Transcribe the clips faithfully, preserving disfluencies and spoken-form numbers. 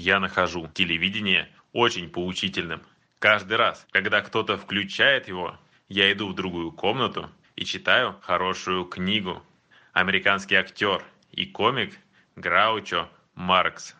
я нахожу телевидение очень поучительным. Каждый раз, когда кто-то включает его, я иду в другую комнату и читаю хорошую книгу. Американский актер и комик Граучо Маркс.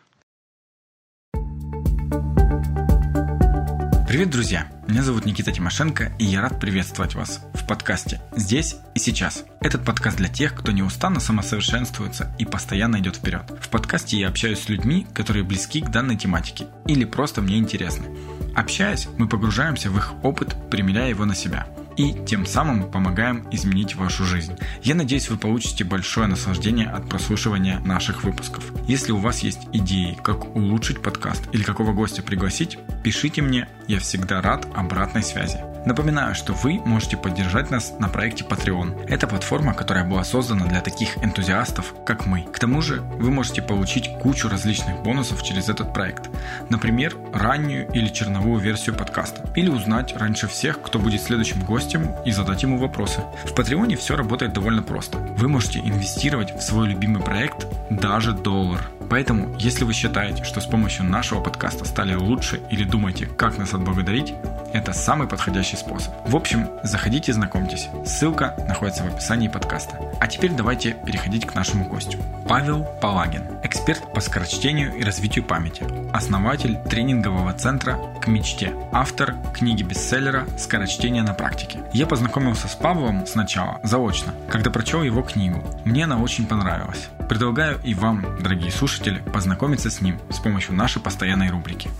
Привет, друзья! Меня зовут Никита Тимошенко, и я рад приветствовать вас в подкасте «Здесь и сейчас». Этот подкаст для тех, кто неустанно самосовершенствуется и постоянно идет вперед. В подкасте я общаюсь с людьми, которые близки к данной тематике или просто мне интересны. Общаясь, мы погружаемся в их опыт, примеряя его на себя. И тем самым помогаем изменить вашу жизнь. Я надеюсь, вы получите большое наслаждение от прослушивания наших выпусков. Если у вас есть идеи, как улучшить подкаст или какого гостя пригласить, пишите мне, я всегда рад обратной связи. Напоминаю, что вы можете поддержать нас на проекте Patreon. Это платформа, которая была создана для таких энтузиастов, как мы. К тому же, вы можете получить кучу различных бонусов через этот проект. Например, раннюю или черновую версию подкаста. Или узнать раньше всех, кто будет следующим гостем, и задать ему вопросы. В Patreon все работает довольно просто. Вы можете инвестировать в свой любимый проект даже доллар. Поэтому, если вы считаете, что с помощью нашего подкаста стали лучше или думаете, как нас отблагодарить, это самый подходящий способ. В общем, заходите и знакомьтесь. Ссылка находится в описании подкаста. А теперь давайте переходить к нашему гостю. Павел Палагин. Эксперт по скорочтению и развитию памяти. Основатель тренингового центра «К мечте». Автор книги-бестселлера «Скорочтение на практике». Я познакомился с Павлом сначала, заочно, когда прочел его книгу. Мне она очень понравилась. Предлагаю и вам, дорогие слушатели, познакомиться с ним с помощью нашей постоянной рубрики.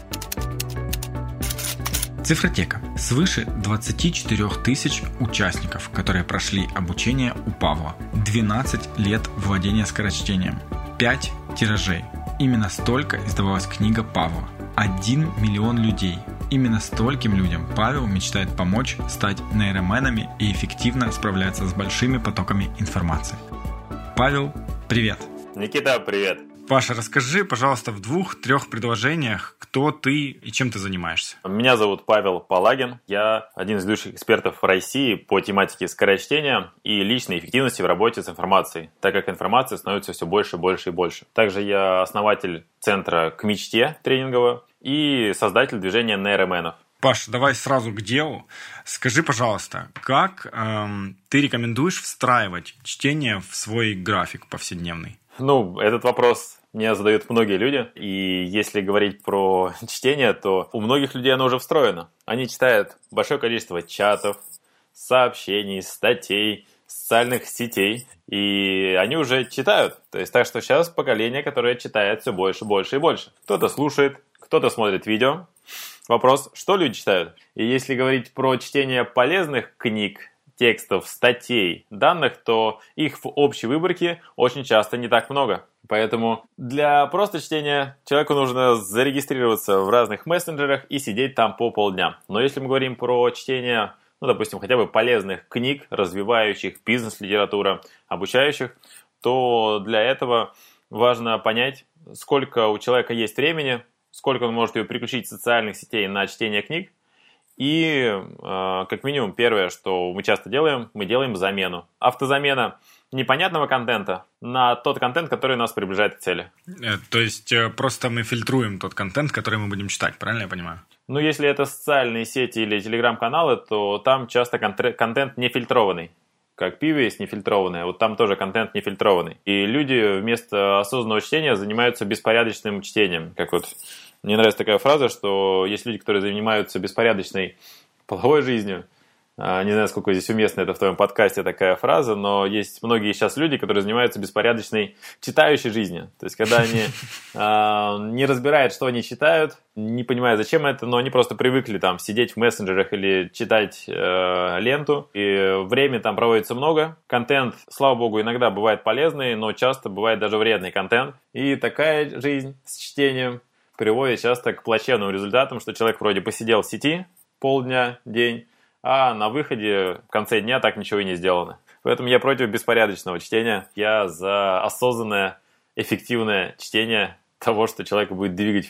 Цифротека. Свыше двадцать четыре тысяч участников, которые прошли обучение у Павла. двенадцать лет владения скорочтением. пять тиражей. Именно столько издавалась книга Павла. один миллион людей. Именно стольким людям Павел мечтает помочь стать нейроменами и эффективно справляться с большими потоками информации. Павел, привет! Никита, привет! Паша, расскажи, пожалуйста, в двух-трех предложениях, кто ты и чем ты занимаешься. Меня зовут Павел Палагин. Я один из ведущих экспертов в России по тематике скорочтения и личной эффективности в работе с информацией, так как информации становится все больше, больше и больше. Также я основатель центра «К мечте» тренингового и создатель движения нейроменов. Паш, давай сразу к делу. Скажи, пожалуйста, как эм, ты рекомендуешь встраивать чтение в свой график повседневный? Ну, этот вопрос мне задают многие люди, и если говорить про чтение, то у многих людей оно уже встроено. Они читают большое количество чатов, сообщений, статей, социальных сетей, и они уже читают. То есть так что сейчас поколение, которое читает все больше, больше и больше. Кто-то слушает, кто-то смотрит видео. Вопрос, что люди читают? И если говорить про чтение полезных книг, текстов, статей, данных, то их в общей выборке очень часто не так много. Поэтому для просто чтения человеку нужно зарегистрироваться в разных мессенджерах и сидеть там по полдня. Но если мы говорим про чтение, ну, допустим, хотя бы полезных книг, развивающих, бизнес-литература, обучающих, то для этого важно понять, сколько у человека есть времени, сколько он может ее переключить с социальных сетей на чтение книг. И, э, как минимум, первое, что мы часто делаем, мы делаем замену. Автозамена непонятного контента на тот контент, который нас приближает к цели. То есть, просто мы фильтруем тот контент, который мы будем читать, правильно я понимаю? Ну, если это социальные сети или телеграм-каналы, то там часто контр- контент не фильтрованный. Как пиво есть нефильтрованное, вот там тоже контент нефильтрованный. И люди вместо осознанного чтения занимаются беспорядочным чтением. Как вот мне нравится такая фраза, что есть люди, которые занимаются беспорядочной половой жизнью. Не знаю, сколько здесь уместно это в твоем подкасте такая фраза, но есть многие сейчас люди, которые занимаются беспорядочной читающей жизнью. То есть, когда они э, не разбирают, что они читают, не понимают, зачем это, но они просто привыкли там сидеть в мессенджерах или читать э, ленту, и время там проводится много. Контент, слава богу, иногда бывает полезный, но часто бывает даже вредный контент. И такая жизнь с чтением приводит часто к плачевным результатам, что человек вроде посидел в сети полдня, день, а на выходе в конце дня так ничего и не сделано. Поэтому я против беспорядочного чтения. Я за осознанное, эффективное чтение того, что человека будет двигать вперед.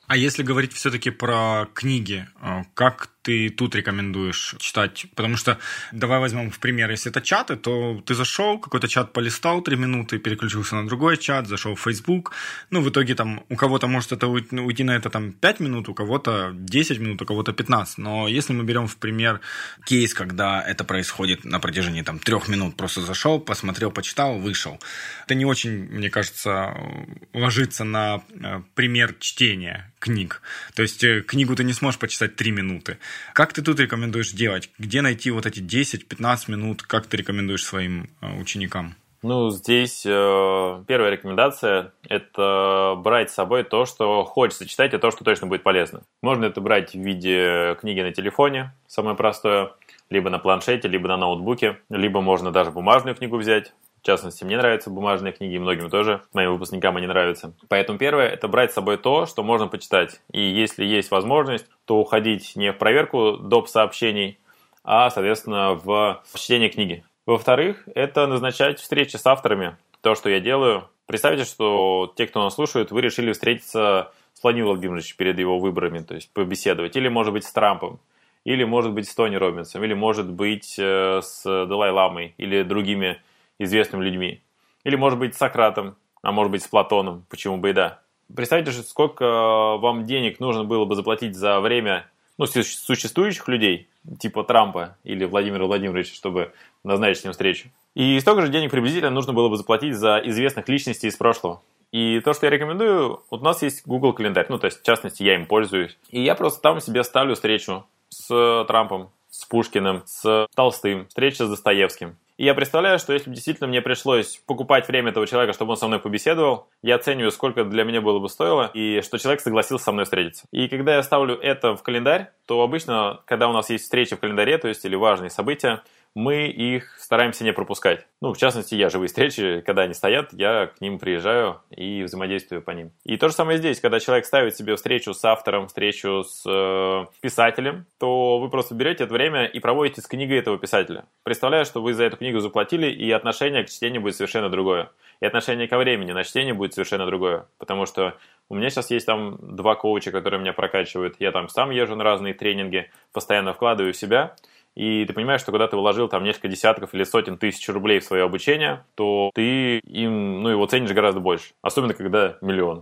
А если говорить все-таки про книги, как ты тут рекомендуешь читать? Потому что, давай возьмем в пример, если это чаты, то ты зашел, какой-то чат полистал три минуты, переключился на другой чат, зашел в Facebook. Ну, в итоге там у кого-то может это уйти, уйти на это там пять минут, у кого-то десять минут, у кого-то пятнадцать. Но если мы берем в пример кейс, когда это происходит на протяжении там трех минут, просто зашел, посмотрел, почитал, вышел. Это не очень, мне кажется, ложится на пример чтения книг. То есть книгу ты не сможешь почитать три минуты. Как ты тут рекомендуешь делать? Где найти вот эти десять-пятнадцать минут? Как ты рекомендуешь своим ученикам? Ну, здесь э, первая рекомендация – это брать с собой то, что хочется читать, и то, что точно будет полезно. Можно это брать в виде книги на телефоне, самое простое, либо на планшете, либо на ноутбуке, либо можно даже бумажную книгу взять. В частности, мне нравятся бумажные книги, и многим тоже, моим выпускникам они нравятся. Поэтому первое – это брать с собой то, что можно почитать. И если есть возможность, то уходить не в проверку доп. Сообщений, а, соответственно, в чтение книги. Во-вторых, это назначать встречи с авторами. То, что я делаю. Представьте, что те, кто нас слушает, вы решили встретиться с Владимиром Владимировичем перед его выборами, то есть побеседовать. Или, может быть, с Трампом. Или, может быть, с Тони Роббинсом. Или, может быть, с Далай-ламой. Или другими известными людьми. Или, может быть, с Сократом, а может быть, с Платоном, почему бы и да. Представьте, сколько вам денег нужно было бы заплатить за время ну, существующих людей, типа Трампа или Владимира Владимировича, чтобы назначить с ним встречу. И столько же денег приблизительно нужно было бы заплатить за известных личностей из прошлого. И то, что я рекомендую, вот у нас есть Google календарь, ну, то есть, в частности, я им пользуюсь. И я просто там себе ставлю встречу с Трампом, с Пушкиным, с Толстым, встреча с Достоевским. И я представляю, что если бы действительно мне пришлось покупать время этого человека, чтобы он со мной побеседовал, я оцениваю, сколько для меня было бы стоило, и что человек согласился со мной встретиться. И когда я ставлю это в календарь, то обычно, когда у нас есть встреча в календаре, то есть или важные события, мы их стараемся не пропускать. Ну, в частности, я живые встречи, когда они стоят, я к ним приезжаю и взаимодействую по ним. И то же самое здесь, когда человек ставит себе встречу с автором, встречу с э, писателем, то вы просто берете это время и проводите с книгой этого писателя. Представляю, что вы за эту книгу заплатили, и отношение к чтению будет совершенно другое. И отношение ко времени на чтение будет совершенно другое. Потому что у меня сейчас есть там два коуча, которые меня прокачивают. Я там сам езжу на разные тренинги, постоянно вкладываю в себя. И ты понимаешь, что когда ты вложил там несколько десятков или сотен тысяч рублей в свое обучение, то ты им, ну, его ценишь гораздо больше. Особенно, когда миллион.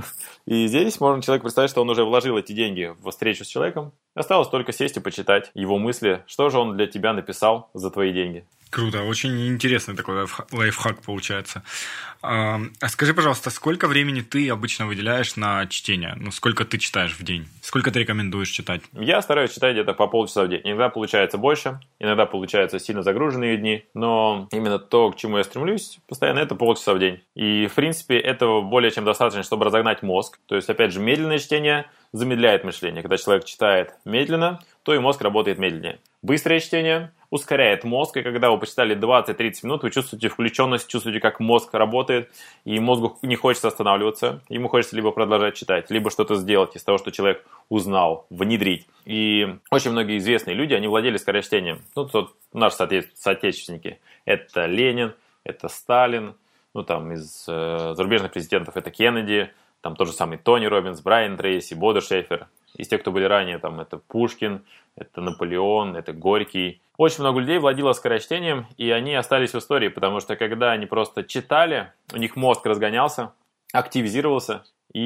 И здесь можно человек представить, что он уже вложил эти деньги в встречу с человеком. Осталось только сесть и почитать его мысли, что же он для тебя написал за твои деньги. Круто, очень интересный такой лайфхак получается. А скажи, пожалуйста, сколько времени ты обычно выделяешь на чтение? Ну, сколько ты читаешь в день? Сколько ты рекомендуешь читать? Я стараюсь читать где-то по полчаса в день. Иногда получается больше, иногда получается сильно загруженные дни, но именно то, к чему я стремлюсь постоянно, это полчаса в день. И, в принципе, этого более чем достаточно, чтобы разогнать мозг. То есть, опять же, медленное чтение замедляет мышление. Когда человек читает медленно, то и мозг работает медленнее. Быстрое чтение ускоряет мозг, и когда вы почитали двадцать-тридцать минут, вы чувствуете включенность, чувствуете, как мозг работает, и мозгу не хочется останавливаться, ему хочется либо продолжать читать, либо что-то сделать из того, что человек узнал, внедрить. И очень многие известные люди, они владели скорочтением. Ну, тут наши соотечественники. Это Ленин, это Сталин, ну, там, из э, зарубежных президентов это Кеннеди, там тот же самый Тони Роббинс, Брайан Трейси, Бодо Шефер. Из тех, кто были ранее, там это Пушкин, это Наполеон, это Горький. Очень много людей владело скорочтением, и они остались в истории, потому что когда они просто читали, у них мозг разгонялся, активизировался,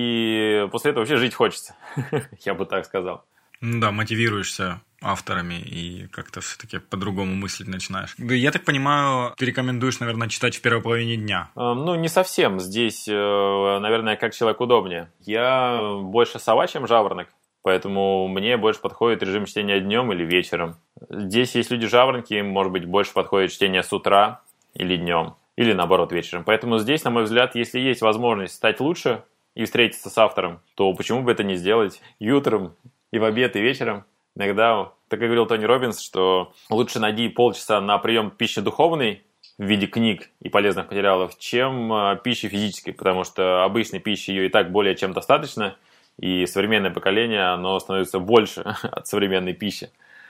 и после этого вообще жить хочется, я бы так сказал. Ну да, мотивируешься авторами и как-то все-таки по-другому мыслить начинаешь. Я так понимаю, ты рекомендуешь, наверное, читать в первой половине дня? Ну, не совсем. Здесь, наверное, как человек удобнее. Я больше сова, чем жаворонок. Поэтому мне больше подходит режим чтения днем или вечером. Здесь есть люди-жаворонки, им, может быть, больше подходит чтение с утра или днем, или наоборот вечером. Поэтому здесь, на мой взгляд, если есть возможность стать лучше и встретиться с автором, то почему бы это не сделать и утром, и в обед, и вечером? Иногда, так и говорил Тони Роббинс, что лучше найди полчаса на прием пищи духовной в виде книг и полезных материалов, чем пищи физической, потому что обычной пищи ее и так более чем достаточно, и современное поколение, оно становится больше от современной пищи.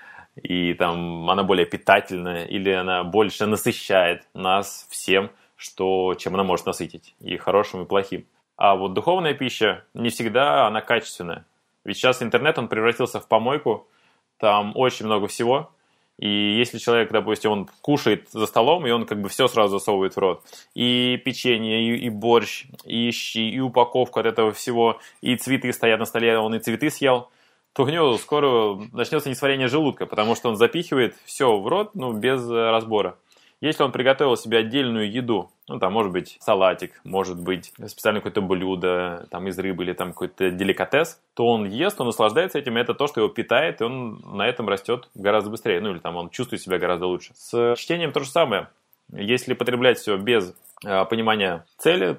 И там она более питательная, или она больше насыщает нас всем, что, чем она может насытить, и хорошим, и плохим. А вот духовная пища не всегда она качественная. Ведь сейчас интернет, он превратился в помойку, там очень много всего. И если человек, допустим, он кушает за столом, и он как бы все сразу засовывает в рот. И печенье, и, и борщ, и щи, и упаковку от этого всего, и цветы стоят на столе, он и цветы съел, то у него скоро начнется несварение желудка, потому что он запихивает все в рот, ну, без разбора. Если он приготовил себе отдельную еду, ну, там, может быть, салатик, может быть, специальное какое-то блюдо, там, из рыбы или там какой-то деликатес, то он ест, он наслаждается этим, и это то, что его питает, и он на этом растет гораздо быстрее, ну, или там он чувствует себя гораздо лучше. С чтением то же самое. Если потреблять все без э, понимания цели,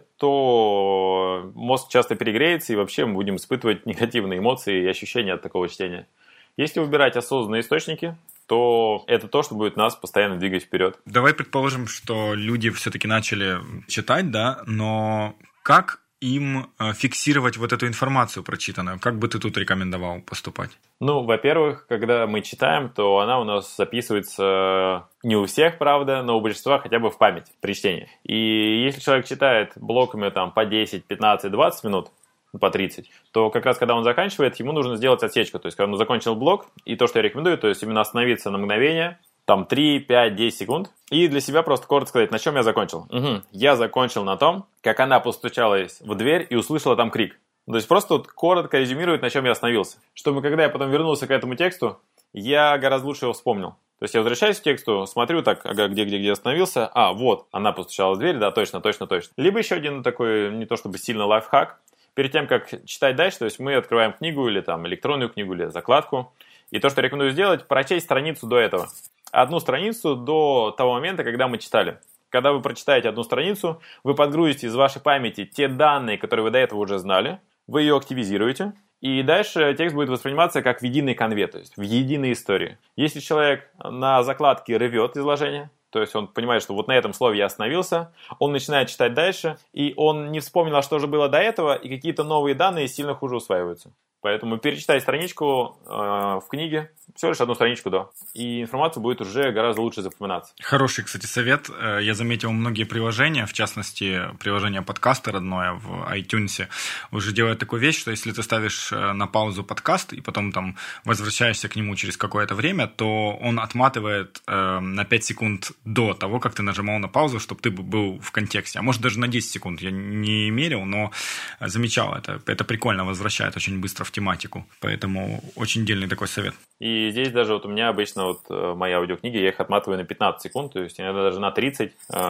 то мозг часто перегреется, и вообще мы будем испытывать негативные эмоции и ощущения от такого чтения. Если выбирать осознанные источники, то это то, что будет нас постоянно двигать вперед. Давай предположим, что люди все-таки начали читать, да, но как им фиксировать вот эту информацию прочитанную? Как бы ты тут рекомендовал поступать? Ну, во-первых, когда мы читаем, то она у нас записывается не у всех, правда, но у большинства хотя бы в память при чтении. И если человек читает блоками там по десять, пятнадцать, двадцать минут, по тридцать, то как раз когда он заканчивает, ему нужно сделать отсечку. То есть, когда он закончил блок, и то, что я рекомендую, то есть именно остановиться на мгновение, там три, пять, десять секунд, и для себя просто коротко сказать, на чем я закончил. Угу. Я закончил на том, как она постучалась в дверь и услышала там крик. То есть просто вот коротко резюмировать, на чем я остановился. Чтобы когда я потом вернулся к этому тексту, я гораздо лучше его вспомнил. То есть я возвращаюсь к тексту, смотрю так, ага, где-где-где остановился, а, вот, она постучалась в дверь, да, точно, точно, точно. Либо еще один такой, не то чтобы сильно лайфхак. Перед тем, как читать дальше, то есть мы открываем книгу или там электронную книгу или закладку. И то, что я рекомендую сделать, прочесть страницу до этого. Одну страницу до того момента, когда мы читали. Когда вы прочитаете одну страницу, вы подгрузите из вашей памяти те данные, которые вы до этого уже знали, вы ее активизируете, и дальше текст будет восприниматься как в единой конве, то есть в единой истории. Если человек на закладке рвет изложение, то есть он понимает, что вот на этом слове я остановился, он начинает читать дальше, и он не вспомнил, что же было до этого, и какие-то новые данные сильно хуже усваиваются. Поэтому перечитай страничку э, в книге, всего лишь одну страничку до, и информация будет уже гораздо лучше запоминаться. Хороший, кстати, совет. Я заметил, многие приложения, в частности, приложение подкаста родное в iTunes, уже делают такую вещь, что если ты ставишь на паузу подкаст и потом там возвращаешься к нему через какое-то время, то он отматывает э, на пять секунд до того, как ты нажимал на паузу, чтобы ты был в контексте. А может даже на десять секунд. Я не мерил, но замечал это. Это прикольно, возвращает очень быстро в тематику. Поэтому очень дельный такой совет. И здесь даже вот у меня обычно вот мои аудиокниги, я их отматываю на пятнадцать секунд, то есть иногда даже на тридцать,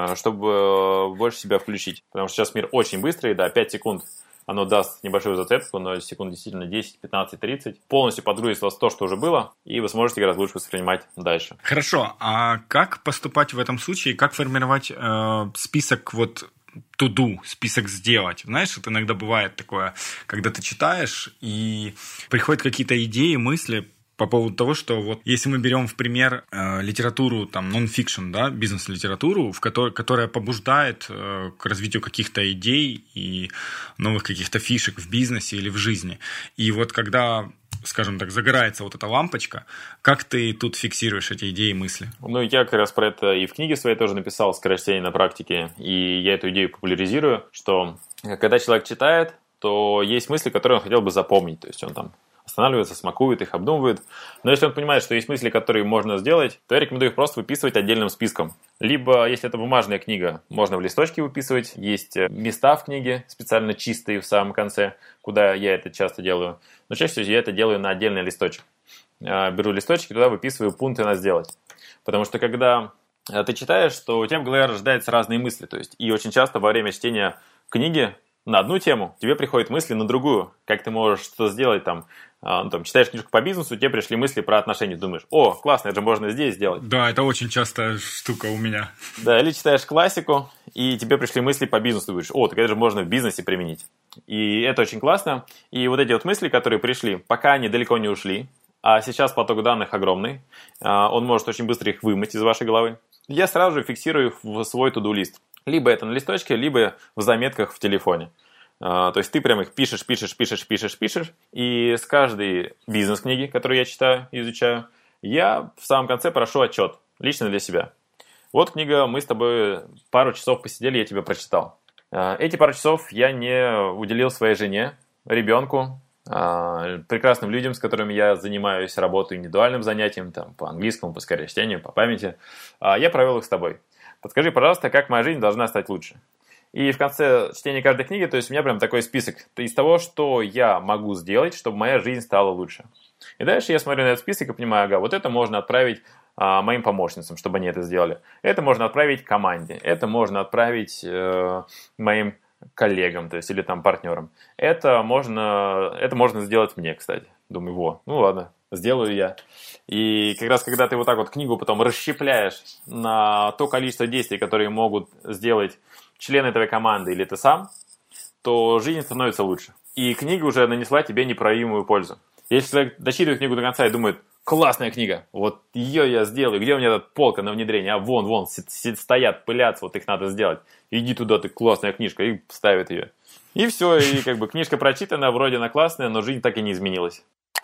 чтобы больше себя включить. Потому что сейчас мир очень быстрый, да, пять секунд оно даст небольшую зацепку, но секунд действительно десять, пятнадцать, тридцать. Полностью подгрузит вас то, что уже было, и вы сможете гораздо лучше воспринимать дальше. Хорошо, а как поступать в этом случае? Как формировать э, список вот to do, список сделать? Знаешь, это иногда бывает такое, когда ты читаешь, и приходят какие-то идеи, мысли по поводу того, что вот если мы берем в пример э, литературу, там, нон-фикшн, да, бизнес-литературу, в которой, которая побуждает э, к развитию каких-то идей и новых каких-то фишек в бизнесе или в жизни. И вот когда, скажем так, загорается вот эта лампочка, как ты тут фиксируешь эти идеи и мысли? Ну, я как раз про это и в книге своей тоже написал «Скорочтение на практике», и я эту идею популяризирую, что когда человек читает, то есть мысли, которые он хотел бы запомнить, то есть он там останавливается, смакует их, обдумывает. Но если он понимает, что есть мысли, которые можно сделать, то я рекомендую их просто выписывать отдельным списком. Либо, если это бумажная книга, можно в листочке выписывать. Есть места в книге специально чистые в самом конце, куда я это часто делаю. Но чаще всего я это делаю на отдельный листочек. Беру листочки, туда выписываю пункты на сделать. Потому что когда ты читаешь, то у тебя в голове рождаются разные мысли. То есть, и очень часто во время чтения книги на одну тему тебе приходят мысли на другую. Как ты можешь что сделать там, ну, там, читаешь книжку по бизнесу, тебе пришли мысли про отношения, думаешь, о, классно, это же можно здесь сделать. Да, это очень частая штука у меня. Да, или читаешь классику, и тебе пришли мысли по бизнесу, думаешь, о, так это же можно в бизнесе применить. И это очень классно. И вот эти вот мысли, которые пришли, пока они далеко не ушли, а сейчас поток данных огромный, он может очень быстро их вымыть из вашей головы, я сразу же фиксирую их в свой to-do-лист. Либо это на листочке, либо в заметках в телефоне. Uh, то есть ты прям их пишешь, пишешь, пишешь, пишешь, пишешь, и с каждой бизнес-книги, которую я читаю и изучаю, я в самом конце прошу отчет, лично для себя. Вот книга, мы с тобой пару часов посидели, я тебе прочитал. Эти пару часов я не уделил своей жене, ребенку, прекрасным людям, с которыми я занимаюсь, работаю индивидуальным занятием, там, по английскому, по скорочтению, по памяти. Я провел их с тобой. Подскажи, пожалуйста, как моя жизнь должна стать лучше? И в конце чтения каждой книги, то есть у меня прям такой список из того, что я могу сделать, чтобы моя жизнь стала лучше. И дальше я смотрю на этот список и понимаю, ага, вот это можно отправить а, моим помощницам, чтобы они это сделали. Это можно отправить команде, это можно отправить э, моим коллегам, то есть или там партнерам. Это можно, это можно сделать мне, кстати. Думаю, во, ну ладно, сделаю я. И как раз когда ты вот так вот книгу потом расщепляешь на то количество действий, которые могут сделать члены твоей команды или ты сам, то жизнь становится лучше. И книга уже нанесла тебе непроявимую пользу. Если человек дочитывает книгу до конца и думает, классная книга, вот ее я сделаю, где у меня эта полка на внедрение, а вон, вон, стоят, пылятся, вот их надо сделать. Иди туда, ты классная книжка, и ставит ее. И все, и как бы книжка прочитана, вроде она классная, но жизнь так и не изменилась.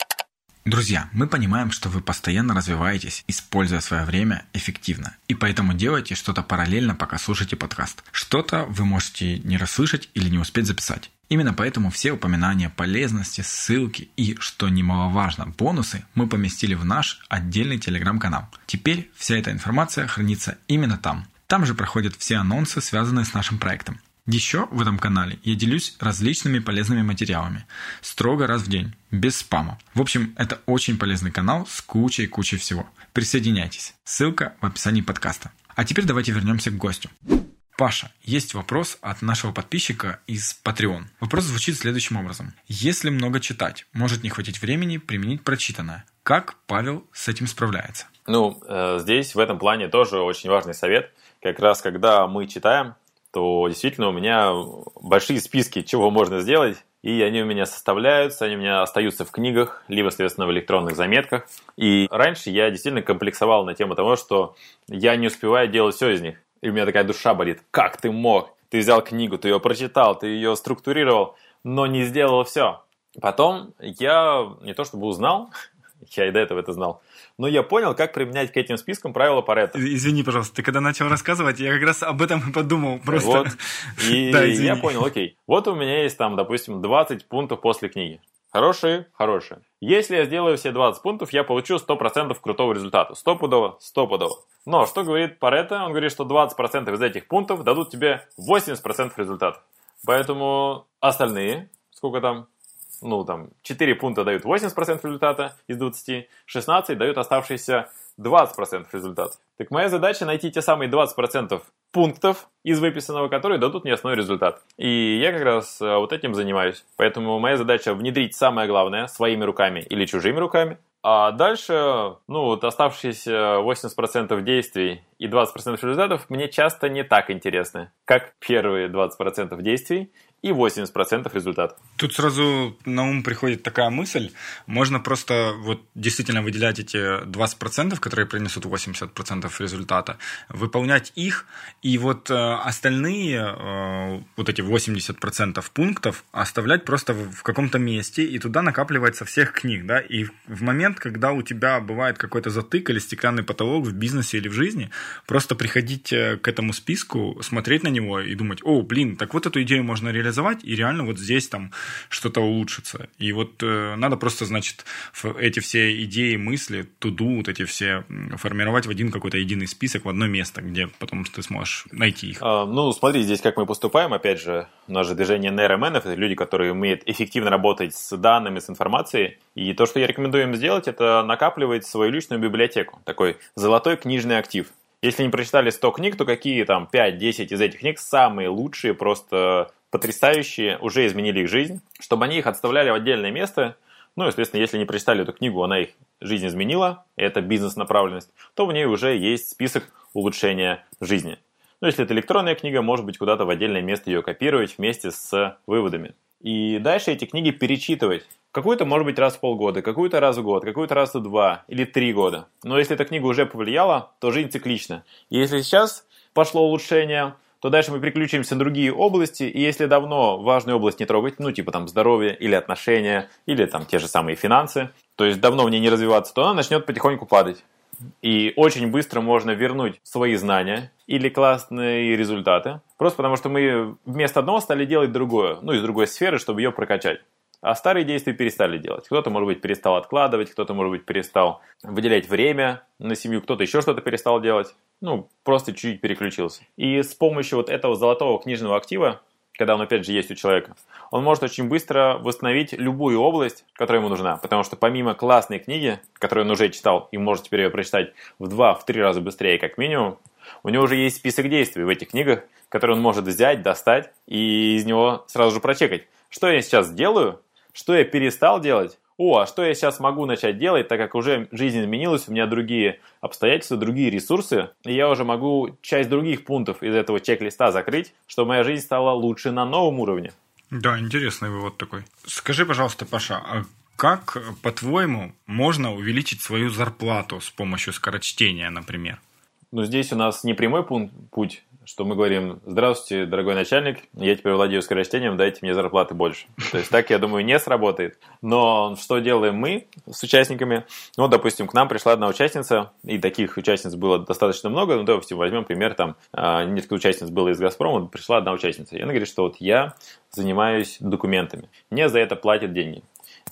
Друзья, мы понимаем, что вы постоянно развиваетесь, используя свое время эффективно. И поэтому делайте что-то параллельно, пока слушаете подкаст. Что-то вы можете не расслышать или не успеть записать. Именно поэтому все упоминания полезности, ссылки и, что немаловажно, бонусы мы поместили в наш отдельный телеграм-канал. Теперь вся эта информация хранится именно там. Там же проходят все анонсы, связанные с нашим проектом. Еще в этом канале я делюсь различными полезными материалами, строго раз в день, без спама. В общем, это очень полезный канал с кучей-кучей всего. Присоединяйтесь, ссылка в описании подкаста. А теперь давайте вернемся к гостю. Паша, есть вопрос от нашего подписчика из Patreon. Вопрос звучит следующим образом. Если много читать, может не хватить времени применить прочитанное. Как Павел с этим справляется? Ну, э, здесь в этом плане тоже очень важный совет. Как раз когда мы читаем, то действительно у меня большие списки, чего можно сделать, и они у меня составляются, они у меня остаются в книгах, либо, соответственно, в электронных заметках. И раньше я действительно комплексовал на тему того, что я не успеваю делать все из них. И у меня такая душа болит. Как ты мог? Ты взял книгу, ты ее прочитал, ты ее структурировал, но не сделал все. Потом я не то чтобы узнал, я и до этого это знал, но я понял, как применять к этим спискам правила Парето. Извини, пожалуйста, ты когда начал рассказывать, я как раз об этом и подумал. Просто... Вот. И да, я понял, окей. Вот у меня есть там, допустим, двадцать пунктов после книги. Хорошие, хорошие. Если я сделаю все двадцать пунктов, я получу сто процентов крутого результата. Стопудово, стопудово. Но что говорит Парето? Он говорит, что двадцать процентов из этих пунктов дадут тебе восемьдесят процентов результата. Поэтому остальные, сколько там? Ну, там, четыре пункта дают восемьдесят процентов результата из двадцати, шестнадцать дают оставшиеся двадцать процентов результата. Так моя задача найти те самые двадцать процентов пунктов из выписанного, которые дадут мне основной результат. И я как раз вот этим занимаюсь. Поэтому моя задача внедрить самое главное своими руками или чужими руками. А дальше, ну, вот оставшиеся восемьдесят процентов действий и двадцать процентов результатов мне часто не так интересны, как первые двадцать процентов действий и восемьдесят процентов результатов. Тут сразу на ум приходит такая мысль. Можно просто вот действительно выделять эти двадцать процентов, которые принесут восемьдесят процентов результата, выполнять их, и вот э, остальные, э, вот эти восемьдесят процентов пунктов оставлять просто в, в каком-то месте, и туда накапливать со всех книг, да, и в момент, когда у тебя бывает какой-то затык или стеклянный потолок в бизнесе или в жизни, просто приходить к этому списку, смотреть на него и думать, о, блин, так вот эту идею можно реализовать, и реально вот здесь там что-то улучшится. И вот э, надо просто, значит, эти все идеи, мысли, to-do, вот эти все формировать в один какой-то единый список, в одно место, где потом ты сможешь найти их. А, ну, смотри, здесь как мы поступаем, опять же, у нас же движение нейроменов, это люди, которые умеют эффективно работать с данными, с информацией, и то, что я рекомендую им сделать, это накапливать свою личную библиотеку, такой золотой книжный актив. Если не прочитали сто книг, то какие там пять-десять из этих книг самые лучшие, просто потрясающие, уже изменили их жизнь, чтобы они их отставляли в отдельное место. Ну, естественно, если не прочитали эту книгу, она их жизнь изменила, это бизнес-направленность, то в ней уже есть список улучшения жизни. Ну, если это электронная книга, может быть, куда-то в отдельное место ее копировать вместе с выводами. И дальше эти книги перечитывать. Какую-то, может быть, раз в полгода, какую-то раз в год, какую-то раз в два или три года. Но если эта книга уже повлияла, то жизнь циклична. И если сейчас пошло улучшение, то дальше мы переключимся на другие области, и если давно важную область не трогать, ну, типа там здоровье или отношения, или там те же самые финансы, то есть давно в ней не развиваться, то она начнет потихоньку падать. И очень быстро можно вернуть свои знания или классные результаты, просто потому что мы вместо одного стали делать другое, ну, из другой сферы, чтобы ее прокачать. А старые действия перестали делать. Кто-то, может быть, перестал откладывать, кто-то, может быть, перестал выделять время на семью, кто-то еще что-то перестал делать. Ну, просто чуть-чуть переключился. И с помощью вот этого золотого книжного актива, когда он, опять же, есть у человека, он может очень быстро восстановить любую область, которая ему нужна. Потому что помимо классной книги, которую он уже читал, и может теперь ее прочитать в два-три раза быстрее, как минимум, у него уже есть список действий в этих книгах, которые он может взять, достать и из него сразу же прочекать. Что я сейчас делаю? Что я перестал делать? О, а что я сейчас могу начать делать, так как уже жизнь изменилась, у меня другие обстоятельства, другие ресурсы, и я уже могу часть других пунктов из этого чек-листа закрыть, чтобы моя жизнь стала лучше на новом уровне. Да, интересный вывод такой. Скажи, пожалуйста, Паша, а как, по-твоему, можно увеличить свою зарплату с помощью скорочтения, например? Ну, здесь у нас не прямой путь, что мы говорим: здравствуйте, дорогой начальник, я теперь владею скорочтением, дайте мне зарплаты больше. То есть так, я думаю, не сработает. Но что делаем мы с участниками? Ну, допустим, к нам пришла одна участница, и таких участниц было достаточно много. Ну, допустим, возьмем пример, там, несколько участниц было из «Газпрома», пришла одна участница. И она говорит, что вот я занимаюсь документами, мне за это платят деньги.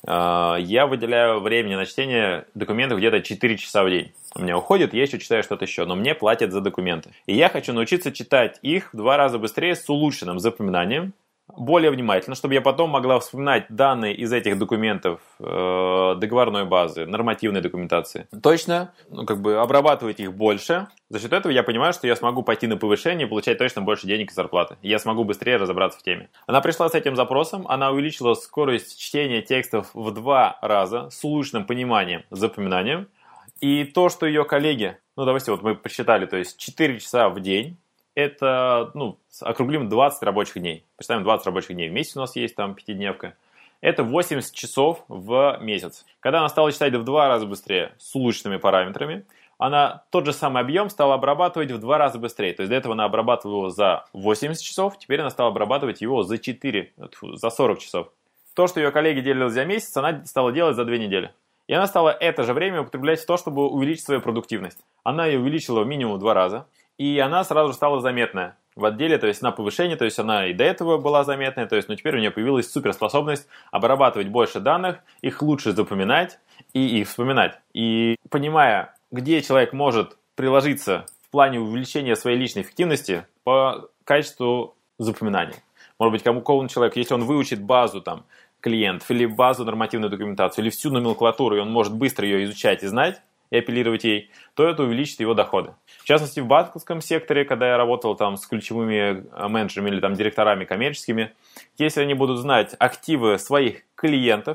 Я выделяю времени на чтение документов где-то четыре часа в день. У меня уходит, я еще читаю что-то еще, но мне платят за документы. И я хочу научиться читать их в два раза быстрее с улучшенным запоминанием, более внимательно, чтобы я потом могла вспоминать данные из этих документов, э, договорной базы, нормативной документации. Точно, ну, как бы обрабатывать их больше. За счет этого я понимаю, что я смогу пойти на повышение и получать точно больше денег и зарплаты. Я смогу быстрее разобраться в теме. Она пришла с этим запросом, она увеличила скорость чтения текстов в два раза с улучшенным пониманием, запоминанием. И то, что ее коллеги, ну, давайте вот мы посчитали, то есть четыре часа в день, это, ну, округлим двадцать рабочих дней. Представим, двадцать рабочих дней в месяц у нас есть, там, пятидневка. Это восемьдесят часов в месяц. Когда она стала читать в два раза быстрее с улучшенными параметрами, она тот же самый объем стала обрабатывать в два раза быстрее. То есть до этого она обрабатывала его за восемьдесят часов, теперь она стала обрабатывать его за четыре, за сорок часов. То, что ее коллеги делали за месяц, она стала делать за две недели. И она стала это же время употреблять в то, чтобы увеличить свою продуктивность. Она ее увеличила минимум в два раза. И она сразу же стала заметная в отделе, то есть на повышение, то есть она и до этого была заметная, то есть, но теперь у нее появилась суперспособность обрабатывать больше данных, их лучше запоминать и их вспоминать. И понимая, где человек может приложиться в плане увеличения своей личной эффективности по качеству запоминания. Может быть, кому-то человек, если он выучит базу там, клиентов или базу нормативную документацию, или всю номенклатуру, и он может быстро ее изучать и знать, и апеллировать ей, то это увеличит его доходы. В частности, в банковском секторе, когда я работал там с ключевыми менеджерами или там директорами коммерческими, если они будут знать активы своих клиентов,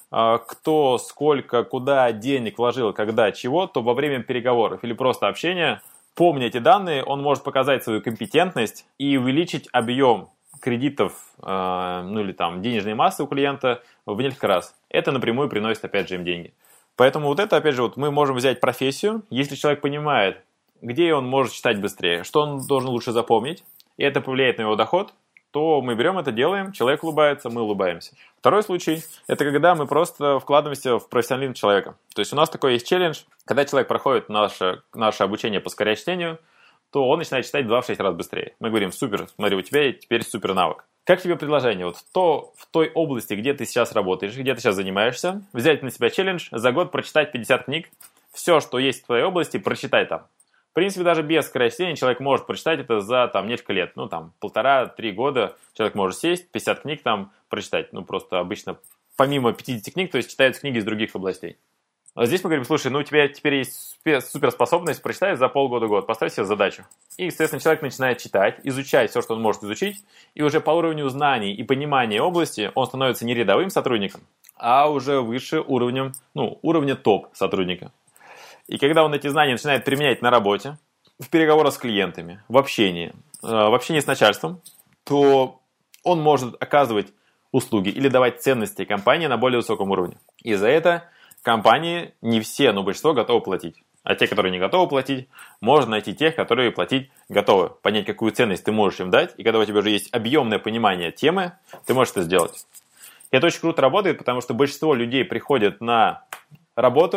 кто сколько, куда денег вложил, когда, чего, то во время переговоров или просто общения, помня эти данные, он может показать свою компетентность и увеличить объем кредитов, ну или там денежной массы у клиента в несколько раз. Это напрямую приносит, опять же, им деньги. Поэтому вот это, опять же, вот мы можем взять профессию, если человек понимает, где он может читать быстрее, что он должен лучше запомнить, и это повлияет на его доход, то мы берем это, делаем, человек улыбается, мы улыбаемся. Второй случай – это когда мы просто вкладываемся в профессионализм человека. То есть у нас такой есть челлендж, когда человек проходит наше, наше обучение по скорочтению, то он начинает читать в два-шесть раз быстрее. Мы говорим: супер, смотри, у тебя теперь супер навык. Как тебе предложение? Вот то, в той области, где ты сейчас работаешь, где ты сейчас занимаешься, взять на себя челлендж, за год прочитать пятьдесят книг, все, что есть в твоей области, прочитай там. В принципе, даже без скорочтения человек может прочитать это за там, несколько лет. Ну, там, полтора-три года человек может сесть, пятьдесят книг там прочитать. Ну, просто обычно, помимо пятидесяти книг, то есть читаются книги из других областей. А здесь мы говорим: слушай, ну у тебя теперь есть суперспособность прочитать за полгода-год, поставь себе задачу. И, естественно, человек начинает читать, изучать все, что он может изучить, и уже по уровню знаний и понимания области он становится не рядовым сотрудником, а уже выше уровнем, ну, уровня топ-сотрудника. И когда он эти знания начинает применять на работе, в переговорах с клиентами, в общении, в общении с начальством, то он может оказывать услуги или давать ценности компании на более высоком уровне. И за это компании не все, но большинство готовы платить. А те, которые не готовы платить, можно найти тех, которые платить готовы. Понять, какую ценность ты можешь им дать. И когда у тебя уже есть объемное понимание темы, ты можешь это сделать. И это очень круто работает, потому что большинство людей приходят на работу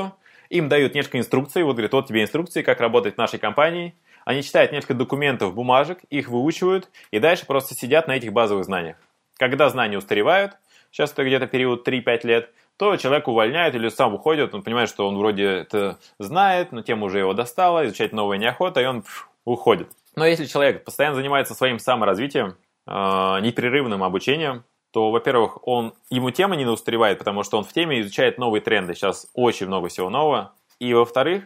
им дают несколько инструкций, вот говорят, вот тебе инструкции, как работать в нашей компании. Они читают несколько документов, бумажек, их выучивают и дальше просто сидят на этих базовых знаниях. Когда знания устаревают, сейчас это где-то период три-пять лет, то человека увольняют или сам уходит, он понимает, что он вроде это знает, но тема уже его достала, изучать новое неохота, и он пфф, уходит. Но если человек постоянно занимается своим саморазвитием, э, непрерывным обучением, то, во-первых, он, ему тема не устаревает, потому что он в теме изучает новые тренды. Сейчас очень много всего нового. И, во-вторых,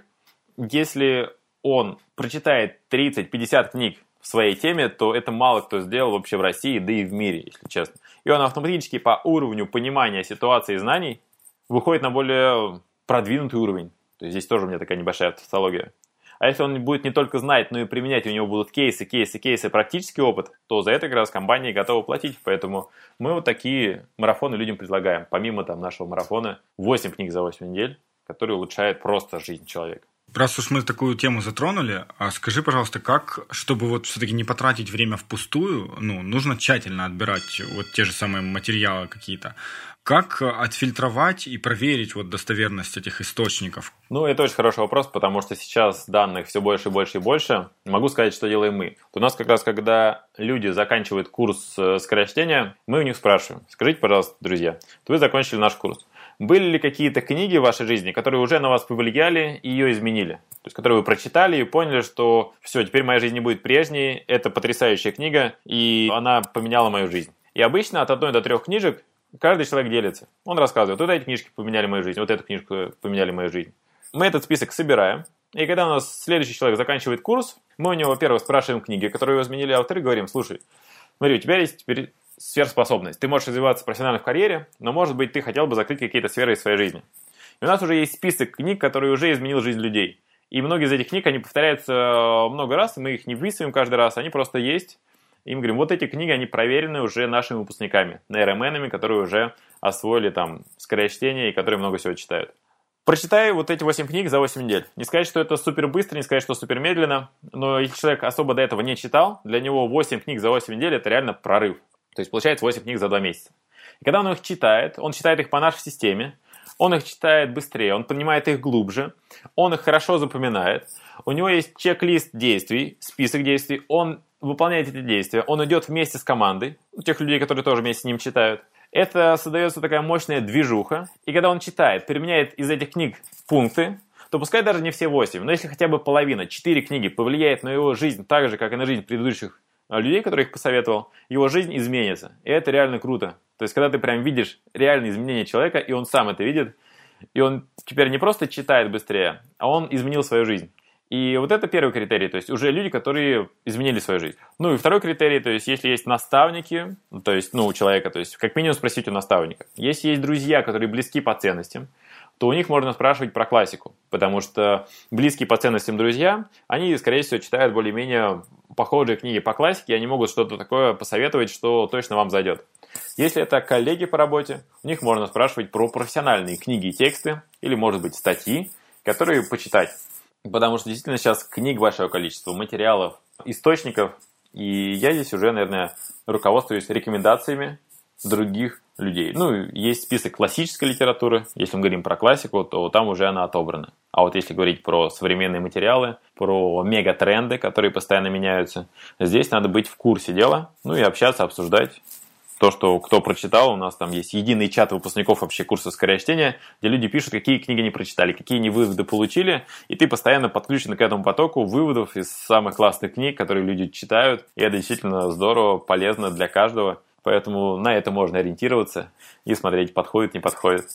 если он прочитает тридцать-пятьдесят книг в своей теме, то это мало кто сделал вообще в России, да и в мире, если честно. И он автоматически по уровню понимания ситуации и знаний выходит на более продвинутый уровень. То есть здесь тоже у меня такая небольшая тавтология. А если он будет не только знать, но и применять, у него будут кейсы, кейсы, кейсы, практический опыт, то за это как раз компании готовы платить. Поэтому мы вот такие марафоны людям предлагаем. Помимо там нашего марафона восемь книг за восемь недель, который улучшает просто жизнь человека. Раз уж мы такую тему затронули, а скажи, пожалуйста, как, чтобы вот все-таки не потратить время впустую, ну, нужно тщательно отбирать вот те же самые материалы какие-то. Как отфильтровать и проверить вот достоверность этих источников? Ну, это очень хороший вопрос, потому что сейчас данных все больше и больше и больше. Могу сказать, что делаем мы. У нас как раз, когда люди заканчивают курс скорочтения, мы у них спрашиваем: скажите, пожалуйста, друзья, вы закончили наш курс. Были ли какие-то книги в вашей жизни, которые уже на вас повлияли и ее изменили? То есть, которые вы прочитали и поняли, что все, теперь моя жизнь не будет прежней, это потрясающая книга, и она поменяла мою жизнь. И обычно от одной до трех книжек каждый человек делится. Он рассказывает: вот эти книжки поменяли мою жизнь, вот эту книжку поменяли мою жизнь. Мы этот список собираем, и когда у нас следующий человек заканчивает курс, мы у него, во-первых, спрашиваем книги, которые его изменили, а во-вторых, говорим: слушай, смотри, у тебя есть теперь сверхспособность. Ты можешь развиваться профессионально в карьере, но, может быть, ты хотел бы закрыть какие-то сферы из своей жизни. И у нас уже есть список книг, которые уже изменил жизнь людей. И многие из этих книг, они повторяются много раз, и мы их не выписываем каждый раз, они просто есть. И мы говорим: вот эти книги, они проверены уже нашими выпускниками, нейроменами, которые уже освоили там скорочтение и которые много всего читают. Прочитай вот эти восемь книг за восемь недель. Не сказать, что это супер быстро, не сказать, что супер медленно, но если человек особо до этого не читал, для него восемь книг за восемь недель – это реально прорыв. То есть получается восемь книг за два месяца. И когда он их читает, он читает их по нашей системе, он их читает быстрее, он понимает их глубже, он их хорошо запоминает, у него есть чек-лист действий, список действий, он выполняет эти действия, он идет вместе с командой, у тех людей, которые тоже вместе с ним читают. Это создается такая мощная движуха, и когда он читает, применяет из этих книг пункты, то пускай даже не все восемь, но если хотя бы половина, четыре книги повлияет на его жизнь так же, как и на жизнь предыдущих людей, которые их посоветовал, его жизнь изменится. И это реально круто. То есть, когда ты прям видишь реальные изменения человека, и он сам это видит, и он теперь не просто читает быстрее, а он изменил свою жизнь. И вот это первый критерий, то есть уже люди, которые изменили свою жизнь. Ну и второй критерий, то есть если есть наставники, то есть, ну, у человека, то есть как минимум спросить у наставника. Если есть друзья, которые близки по ценностям, то у них можно спрашивать про классику, потому что близкие по ценностям друзья, они, скорее всего, читают более-менее похожие книги по классике, и они могут что-то такое посоветовать, что точно вам зайдет. Если это коллеги по работе, у них можно спрашивать про профессиональные книги и тексты, или, может быть, статьи, которые почитать. Потому что действительно сейчас книг большое количество, материалов, источников, и я здесь уже, наверное, руководствуюсь рекомендациями других людей. Ну, есть список классической литературы, если мы говорим про классику, то там уже она отобрана. А вот если говорить про современные материалы, про мегатренды, которые постоянно меняются, здесь надо быть в курсе дела, ну и общаться, обсуждать. То, что кто прочитал, у нас там есть единый чат выпускников вообще курса скорочтения, где люди пишут, какие книги они прочитали, какие они выводы получили, и ты постоянно подключен к этому потоку выводов из самых классных книг, которые люди читают, и это действительно здорово, полезно для каждого, поэтому на это можно ориентироваться и смотреть, подходит, не подходит.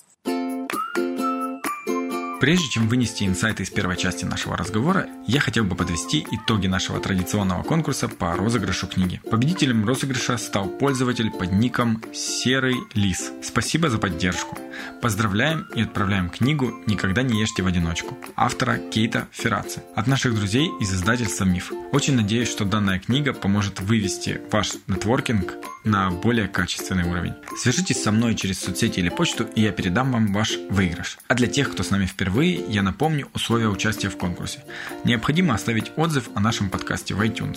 Прежде чем вынести инсайты из первой части нашего разговора, я хотел бы подвести итоги нашего традиционного конкурса по розыгрышу книги. Победителем розыгрыша стал пользователь под ником Серый Лис. Спасибо за поддержку. Поздравляем и отправляем книгу «Никогда не ешьте в одиночку» автора Кейта Ферраци от наших друзей из издательства «Миф». Очень надеюсь, что данная книга поможет вывести ваш нетворкинг на более качественный уровень. Свяжитесь со мной через соцсети или почту, и я передам вам ваш выигрыш. А для тех, кто с нами впервые, я напомню условия участия в конкурсе. Необходимо оставить отзыв о нашем подкасте в iTunes.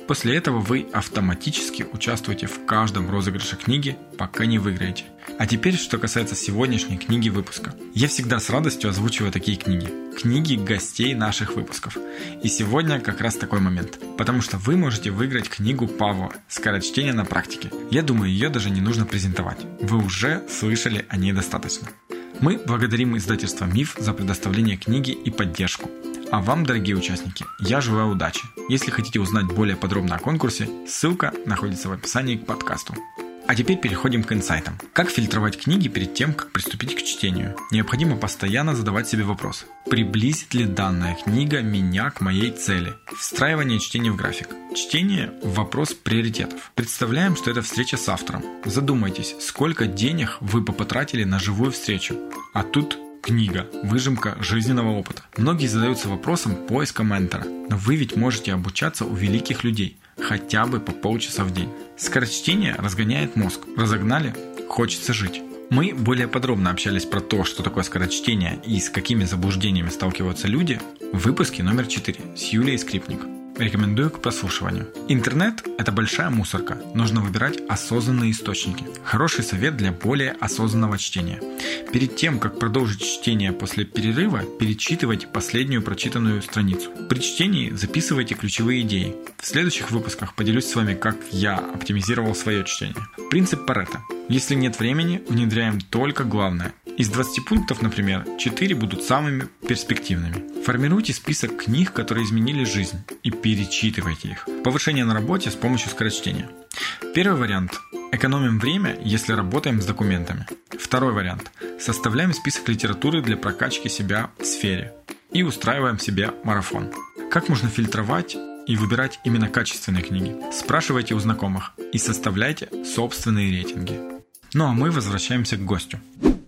После этого вы автоматически участвуете в каждом розыгрыше книги, пока не выиграете. А теперь, что касается сегодняшней книги выпуска. Я всегда с радостью озвучиваю такие книги. Книги гостей наших выпусков. И сегодня как раз такой момент. Потому что вы можете выиграть книгу Павла «Скорочтение на практике». Я думаю, ее даже не нужно презентовать. Вы уже слышали о ней достаточно. Мы благодарим издательство «Миф» за предоставление книги и поддержку. А вам, дорогие участники, я желаю удачи. Если хотите узнать более подробно о конкурсе, ссылка находится в описании к подкасту. А теперь переходим к инсайтам. Как фильтровать книги перед тем, как приступить к чтению? Необходимо постоянно задавать себе вопрос. Приблизит ли данная книга меня к моей цели? Встраивание чтения в график. Чтение – вопрос приоритетов. Представляем, что это встреча с автором. Задумайтесь, сколько денег вы потратили на живую встречу. А тут книга, выжимка жизненного опыта. Многие задаются вопросом поиска ментора, но вы ведь можете обучаться у великих людей, хотя бы по полчаса в день. Скорочтение разгоняет мозг. Разогнали – хочется жить. Мы более подробно общались про то, что такое скорочтение и с какими заблуждениями сталкиваются люди в выпуске номер четыре с Юлией Скрипник. Рекомендую к прослушиванию. Интернет – это большая мусорка. Нужно выбирать осознанные источники. Хороший совет для более осознанного чтения. Перед тем, как продолжить чтение после перерыва, перечитывайте последнюю прочитанную страницу. При чтении записывайте ключевые идеи. В следующих выпусках поделюсь с вами, как я оптимизировал свое чтение. Принцип Парето. Если нет времени, внедряем только главное. Из двадцати пунктов, например, четыре будут самыми перспективными. Формируйте список книг, которые изменили жизнь, и перечитывайте их. Повышение на работе с помощью скорочтения. Первый вариант. Экономим время, если работаем с документами. Второй вариант. Составляем список литературы для прокачки себя в сфере. И устраиваем себе марафон. Как можно фильтровать и выбирать именно качественные книги? Спрашивайте у знакомых и составляйте собственные рейтинги. Ну а мы возвращаемся к гостю.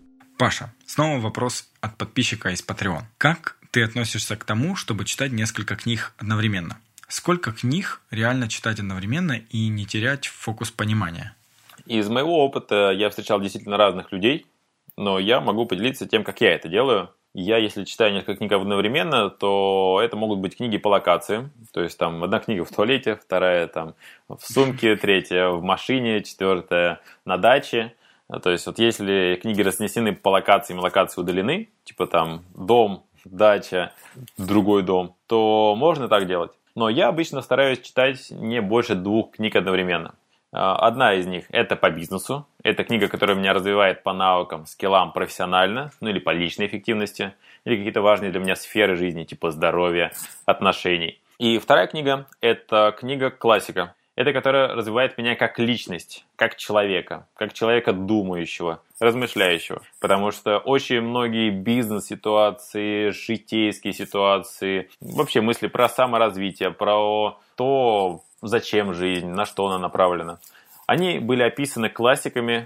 Паша, снова вопрос от подписчика из Patreon. Как ты относишься к тому, чтобы читать несколько книг одновременно? Сколько книг реально читать одновременно и не терять фокус понимания? Из моего опыта я встречал действительно разных людей, но я могу поделиться тем, как я это делаю. Я, если читаю несколько книг одновременно, то это могут быть книги по локации. То есть там одна книга в туалете, вторая там в сумке, третья в машине, четвертая на даче. То есть вот если книги разнесены по локациям, и локации удалены, типа там дом, дача, другой дом, то можно так делать. Но я обычно стараюсь читать не больше двух книг одновременно. Одна из них – это по бизнесу. Это книга, которая меня развивает по навыкам, скиллам профессионально, ну или по личной эффективности, или какие-то важные для меня сферы жизни, типа здоровья, отношений. И вторая книга – это книга классика. Это которая развивает меня как личность, как человека, как человека думающего, размышляющего. Потому что очень многие бизнес-ситуации, житейские ситуации, вообще мысли про саморазвитие, про то, зачем жизнь, на что она направлена, они были описаны классиками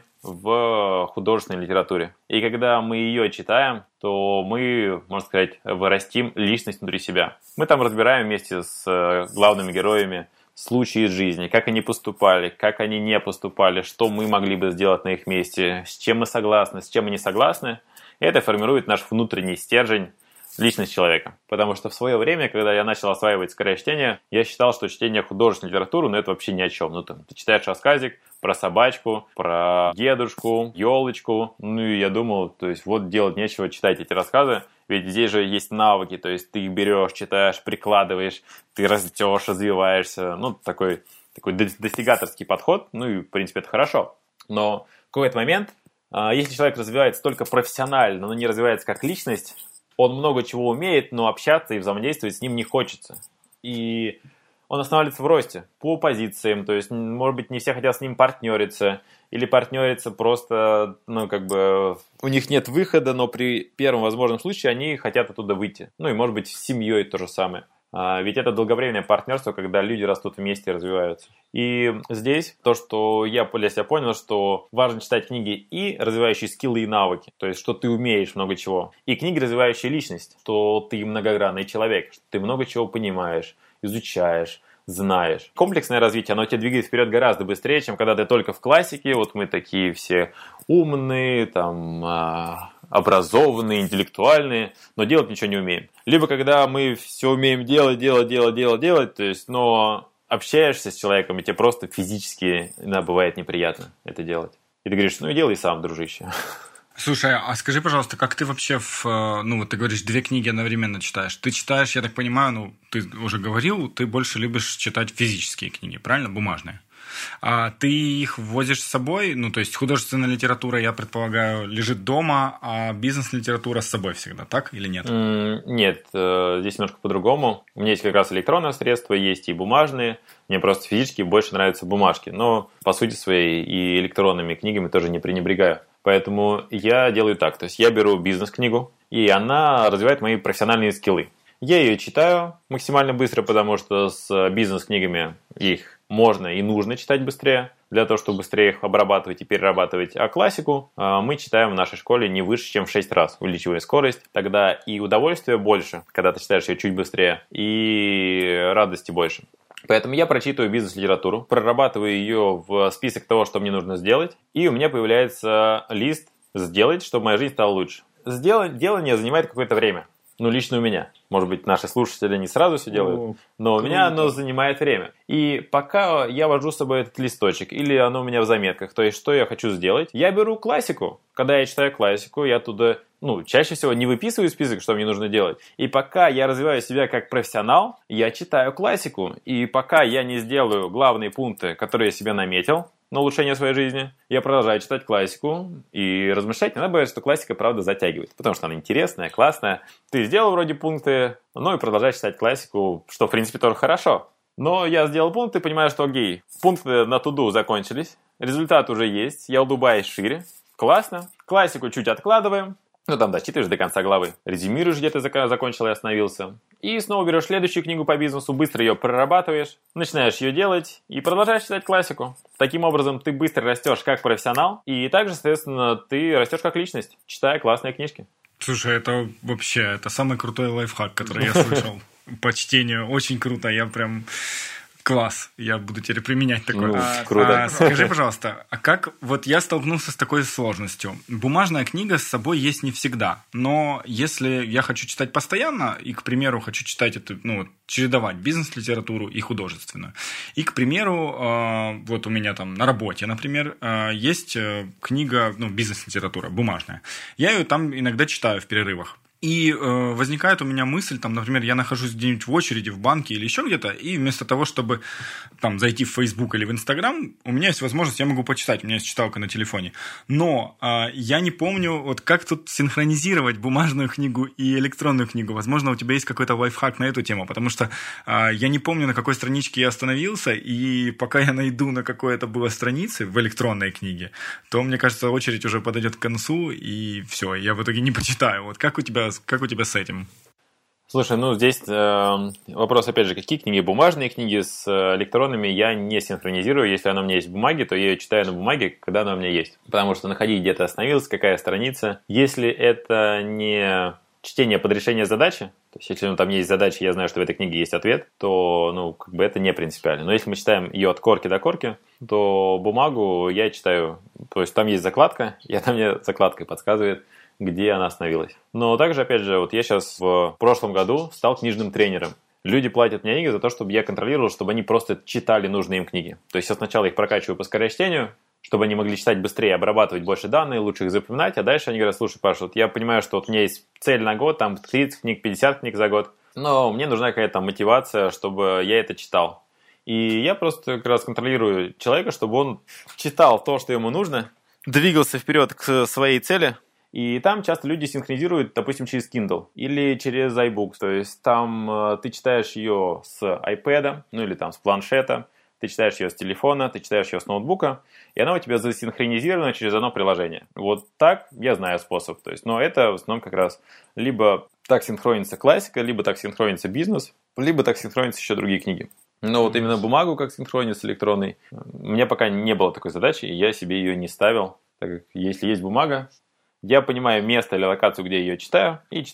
в художественной литературе. И когда мы ее читаем, то мы, можно сказать, вырастим личность внутри себя. Мы там разбираем вместе с главными героями случаи из жизни, как они поступали, как они не поступали, что мы могли бы сделать на их месте, с чем мы согласны, с чем мы не согласны. И это формирует наш внутренний стержень, личность человека. Потому что в свое время, когда я начал осваивать скорее чтение, я считал, что чтение художественной литературы, ну это вообще ни о чем. Ну там, ты читаешь рассказик про собачку, про дедушку, елочку, ну и я думал, то есть вот делать нечего, читать эти рассказы. Ведь здесь же есть навыки, то есть ты их берешь, читаешь, прикладываешь, ты растешь, развиваешься. Ну, такой, такой достигаторский подход, ну и, в принципе, это хорошо. Но в какой-то момент, если человек развивается только профессионально, но не развивается как личность, он много чего умеет, но общаться и взаимодействовать с ним не хочется. И он останавливается в росте по позициям, то есть, может быть, не все хотят с ним партнериться, или партнериться просто, ну, как бы, у них нет выхода, но при первом возможном случае они хотят оттуда выйти. Ну, и, может быть, с семьей то же самое. А, ведь это долговременное партнерство, когда люди растут вместе и развиваются. И здесь то, что я для себя понял, что важно читать книги и развивающие скиллы и навыки, то есть, что ты умеешь много чего, и книги, развивающие личность, что ты многогранный человек, что ты много чего понимаешь, изучаешь, знаешь. Комплексное развитие, оно тебя двигает вперед гораздо быстрее, чем когда ты только в классике, вот мы такие все умные, там, образованные, интеллектуальные, но делать ничего не умеем. Либо когда мы все умеем делать, делать, делать, делать, делать, то есть, но общаешься с человеком, и тебе просто физически иногда бывает неприятно это делать. И ты говоришь, ну и делай сам, дружище. Слушай, а скажи, пожалуйста, как ты вообще в, ну, вот ты говоришь, две книги одновременно читаешь? Ты читаешь, я так понимаю, ну, ты уже говорил, ты больше любишь читать физические книги, правильно? Бумажные. А ты их возишь с собой? Ну, то есть художественная литература, я предполагаю, лежит дома, а бизнес-литература с собой всегда, так или нет? Mm, нет, здесь немножко по-другому. У меня есть как раз электронные средства, есть и бумажные. Мне просто физически больше нравятся бумажки. Но, по сути своей, и электронными книгами тоже не пренебрегаю. Поэтому я делаю так. То есть я беру бизнес-книгу, и она развивает мои профессиональные скиллы. Я ее читаю максимально быстро, потому что с бизнес-книгами их можно и нужно читать быстрее, для того, чтобы быстрее их обрабатывать и перерабатывать. А классику мы читаем в нашей школе не выше, чем в шесть раз, увеличивая скорость. Тогда и удовольствия больше, когда ты читаешь ее чуть быстрее, и радости больше. Поэтому я прочитываю бизнес-литературу, прорабатываю ее в список того, что мне нужно сделать, и у меня появляется лист «Сделать, чтобы моя жизнь стала лучше». Сделать, делание занимает какое-то время. Ну, лично у меня. Может быть, наши слушатели не сразу все делают, но у меня оно занимает время. И пока я вожу с собой этот листочек, или оно у меня в заметках, то есть, что я хочу сделать, я беру классику. Когда я читаю классику, я туда, ну, чаще всего не выписываю список, что мне нужно делать. И пока я развиваю себя как профессионал, я читаю классику. И пока я не сделаю главные пункты, которые я себе наметил, на улучшение своей жизни, я продолжаю читать классику и размышлять. Иногда бывает, что классика, правда, затягивает, потому что она интересная, классная. Ты сделал вроде пункты, ну и продолжаешь читать классику, что, в принципе, тоже хорошо. Но я сделал пункты, понимаю, что, окей, пункты на to-do закончились, результат уже есть, я улыбаюсь шире, классно. Классику чуть откладываем. Ну, там, да, читаешь до конца главы, резюмируешь, где ты закончил и остановился. И снова берешь следующую книгу по бизнесу, быстро ее прорабатываешь, начинаешь ее делать и продолжаешь читать классику. Таким образом, ты быстро растешь как профессионал, и также, соответственно, ты растешь как личность, читая классные книжки. Слушай, это вообще, это самый крутой лайфхак, который я слышал по чтению. Очень круто, я прям... Класс, я буду теперь применять такое. Ну, а, круто. А, скажи, пожалуйста, а как вот я столкнулся с такой сложностью? Бумажная книга с собой есть не всегда, но если я хочу читать постоянно, и, к примеру, хочу читать это, ну, чередовать бизнес-литературу и художественную, и, к примеру, э, вот у меня там на работе, например, э, есть книга, ну, бизнес-литература, бумажная. Я ее там иногда читаю в перерывах. И э, возникает у меня мысль, там, например, я нахожусь где-нибудь в очереди, в банке или еще где-то, и вместо того, чтобы там, зайти в Facebook или в Instagram, у меня есть возможность, я могу почитать, у меня есть читалка на телефоне. Но э, я не помню, вот как тут синхронизировать бумажную книгу и электронную книгу. Возможно, у тебя есть какой-то лайфхак на эту тему, потому что э, я не помню, на какой страничке я остановился, и пока я найду, на какой это было странице в электронной книге, то, мне кажется, очередь уже подойдет к концу, и все, я в итоге не почитаю. Вот как у тебя Как у тебя с этим? Слушай, ну здесь э, вопрос, опять же, какие книги? Бумажные книги с электронными я не синхронизирую. Если она у меня есть в бумаге, то я ее читаю на бумаге, когда она у меня есть. Потому что находить, где-то остановился, какая страница. Если это не чтение под решение задачи, то есть если ну, там есть задача, я знаю, что в этой книге есть ответ, то ну, как бы это не принципиально. Но если мы читаем ее от корки до корки, то бумагу я читаю, то есть там есть закладка, и она мне закладкой подсказывает, где она остановилась. Но также, опять же, вот я сейчас в прошлом году стал книжным тренером. Люди платят мне деньги за то, чтобы я контролировал, чтобы они просто читали нужные им книги. То есть я сначала их прокачиваю по скорочтению, чтобы они могли читать быстрее, обрабатывать больше данных, лучше их запоминать, а дальше они говорят, слушай, Паша, вот я понимаю, что вот у меня есть цель на год, там тридцать книг, пятьдесят книг за год, но мне нужна какая-то мотивация, чтобы я это читал. И я просто как раз контролирую человека, чтобы он читал то, что ему нужно, двигался вперед к своей цели. И там часто люди синхронизируют, допустим, через Kindle или через iBooks. То есть там э, ты читаешь ее с iPad, ну или там с планшета, ты читаешь ее с телефона, ты читаешь ее с ноутбука, и она у тебя засинхронизирована через одно приложение. Вот так я знаю способ. То есть, но это в основном как раз либо так синхронится классика, либо так синхронится бизнес, либо так синхронится еще другие книги. Но вот именно бумагу как синхронится электронный, у меня пока не было такой задачи, и я себе ее не ставил. Так как если есть бумага, я понимаю место или локацию, где я ее читаю, и читаю.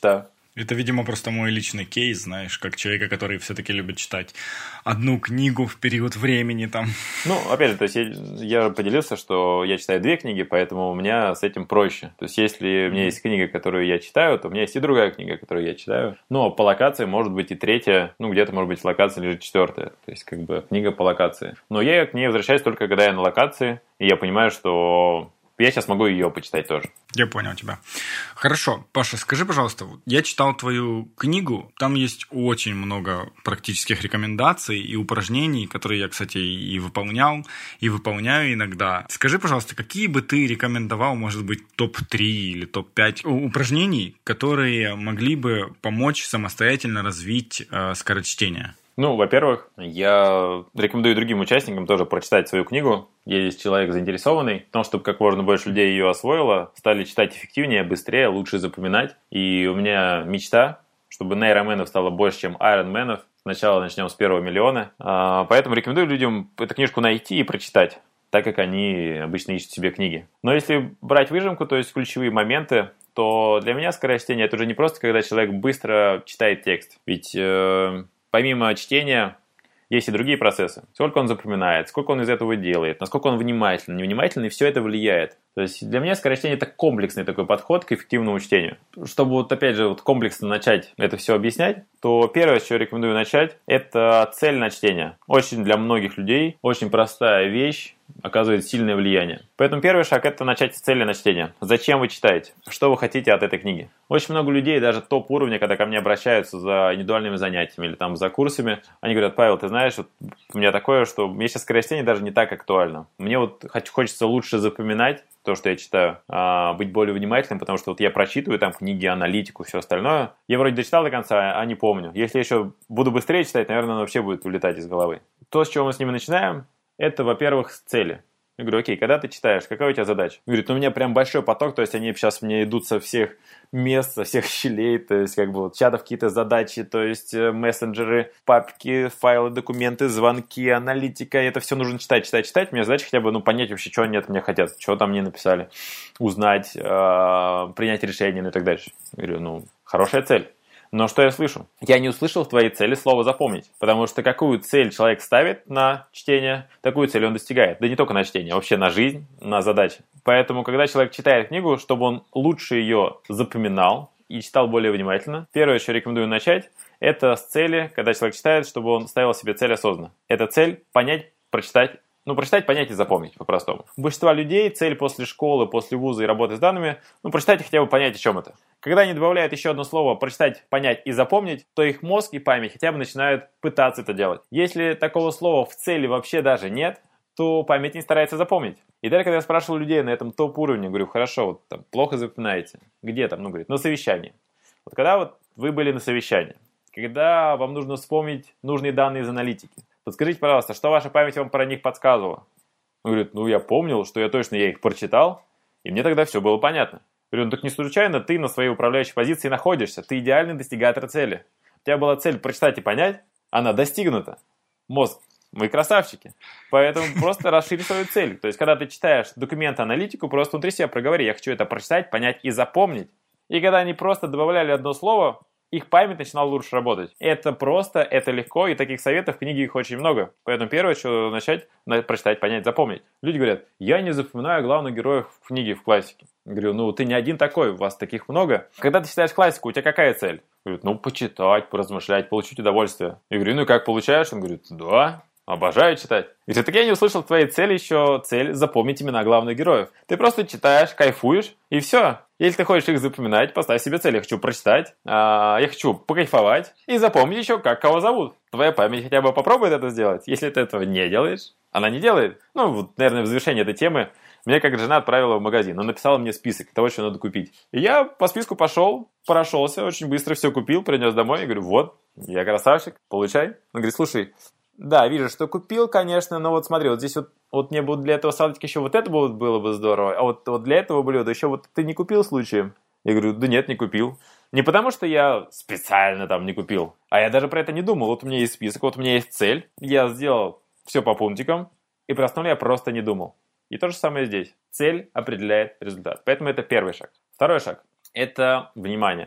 Это, видимо, просто мой личный кейс, знаешь, как человека, который все-таки любит читать одну книгу в период времени там. Ну, опять же, то есть я, я поделился, что я читаю две книги, поэтому у меня с этим проще. То есть если у меня есть книга, которую я читаю, то у меня есть и другая книга, которую я читаю. Ну, а по локации может быть и третья, ну, где-то, может быть, в локации лежит четвертая. То есть как бы книга по локации. Но я к ней возвращаюсь только когда я на локации, и я понимаю, что... Я сейчас могу ее почитать тоже. Я понял тебя. Хорошо. Паша, скажи, пожалуйста, я читал твою книгу, там есть очень много практических рекомендаций и упражнений, которые я, кстати, и выполнял, и выполняю иногда. Скажи, пожалуйста, какие бы ты рекомендовал, может быть, топ три или топ пять упражнений, которые могли бы помочь самостоятельно развить э, скорочтение? Ну, во-первых, я рекомендую другим участникам тоже прочитать свою книгу. Есть человек заинтересованный в том, чтобы как можно больше людей ее освоило, стали читать эффективнее, быстрее, лучше запоминать. И у меня мечта, чтобы нейроменов стало больше, чем айронменов. Сначала начнем с первого миллиона. Поэтому рекомендую людям эту книжку найти и прочитать, так как они обычно ищут себе книги. Но если брать выжимку, то есть ключевые моменты, то для меня скорочтение – это уже не просто, когда человек быстро читает текст. Ведь... Э- Помимо чтения, есть и другие процессы. Сколько он запоминает, сколько он из этого делает, насколько он внимательный, невнимательный, все это влияет. То есть для меня скорочтение – это комплексный такой подход к эффективному чтению. Чтобы вот опять же вот комплексно начать это все объяснять, то первое, с чего рекомендую начать, это цель на чтение. Очень для многих людей очень простая вещь, оказывает сильное влияние. Поэтому первый шаг – это начать с цели на чтение. Зачем вы читаете? Что вы хотите от этой книги? Очень много людей, даже топ-уровня, когда ко мне обращаются за индивидуальными занятиями или там за курсами, они говорят: Павел, ты знаешь, вот у меня такое, что мне сейчас скорочтение даже не так актуально. Мне вот хочется лучше запоминать то, что я читаю, а быть более внимательным, потому что вот я прочитываю там книги, аналитику, все остальное. Я вроде дочитал до конца, а не помню. Если я еще буду быстрее читать, наверное, оно вообще будет улетать из головы. То, с чего мы с ними начинаем, это, во-первых, с цели. Я говорю: окей, когда ты читаешь, какая у тебя задача? Он говорит: ну, у меня прям большой поток, то есть они сейчас мне идут со всех мест, со всех щелей, то есть как бы вот чатов какие-то задачи, то есть мессенджеры, папки, файлы, документы, звонки, аналитика, это все нужно читать, читать, читать. У меня задача хотя бы, ну, понять вообще, что они от меня хотят, что там мне написали, узнать, э, принять решение, ну и так дальше. Я говорю: ну, хорошая цель. Но что я слышу? Я не услышал в твоей цели слово «запомнить». Потому что какую цель человек ставит на чтение, такую цель он достигает. Да не только на чтение, а вообще на жизнь, на задачи. Поэтому, когда человек читает книгу, чтобы он лучше ее запоминал и читал более внимательно, первое, что рекомендую начать, это с цели, когда человек читает, чтобы он ставил себе цель осознанно. Это цель понять, прочитать. Ну, прочитать, понять и запомнить, по-простому. У большинства людей цель после школы, после вуза и работы с данными, ну, прочитать и хотя бы понять, о чем это. Когда они добавляют еще одно слово «прочитать, понять и запомнить», то их мозг и память хотя бы начинают пытаться это делать. Если такого слова в цели вообще даже нет, то память не старается запомнить. И далее, когда я спрашивал людей на этом топ-уровне, говорю: хорошо, вот там плохо запоминаете. Где там? Ну, говорит, на совещании. Вот когда вот вы были на совещании, когда вам нужно вспомнить нужные данные из аналитики, подскажите, пожалуйста, что ваша память вам про них подсказывала? Он говорит: ну, я помнил, что я точно я их прочитал, и мне тогда все было понятно. Я говорю: ну, так не случайно ты на своей управляющей позиции находишься, ты идеальный достигатор цели. У тебя была цель прочитать и понять, она достигнута. Мозг, мы красавчики. Поэтому просто расшири свою цель. То есть, когда ты читаешь документы, аналитику, просто внутри себя проговори: я хочу это прочитать, понять и запомнить. И когда они просто добавляли одно слово, их память начинала лучше работать. Это просто, это легко, и таких советов в книге их очень много. Поэтому первое, что начать, прочитать, понять, запомнить. Люди говорят: я не запоминаю главных героев в книге, в классике. Я говорю: ну, ты не один такой, у вас таких много. Когда ты читаешь классику, у тебя какая цель? Говорит: ну, почитать, поразмышлять, получить удовольствие. Я говорю: ну, и как получаешь? Он говорит: да, обожаю читать. И все-таки я не услышал твоей цели еще цель запомнить имена главных героев. Ты просто читаешь, кайфуешь, и все. Если ты хочешь их запоминать, поставь себе цель: я хочу прочитать, а, я хочу покайфовать и запомнить еще, как кого зовут. Твоя память хотя бы попробует это сделать. Если ты этого не делаешь, она не делает. Ну, вот, наверное, в завершении этой темы меня как жена отправила в магазин. Она написала мне список того, что надо купить. И я по списку пошел, прошелся, очень быстро все купил, принес домой. И говорю: вот, я красавчик, получай. Он говорит: слушай, да, вижу, что купил, конечно, но вот смотри, вот здесь вот, вот мне бы для этого салатика еще вот это было, было бы здорово, а вот, вот для этого блюда еще вот ты не купил случаем? Я говорю: да нет, не купил. Не потому, что я специально там не купил, а я даже про это не думал. Вот у меня есть список, вот у меня есть цель, я сделал все по пунктикам, и про остальное я просто не думал. И то же самое здесь. Цель определяет результат. Поэтому это первый шаг. Второй шаг – это внимание.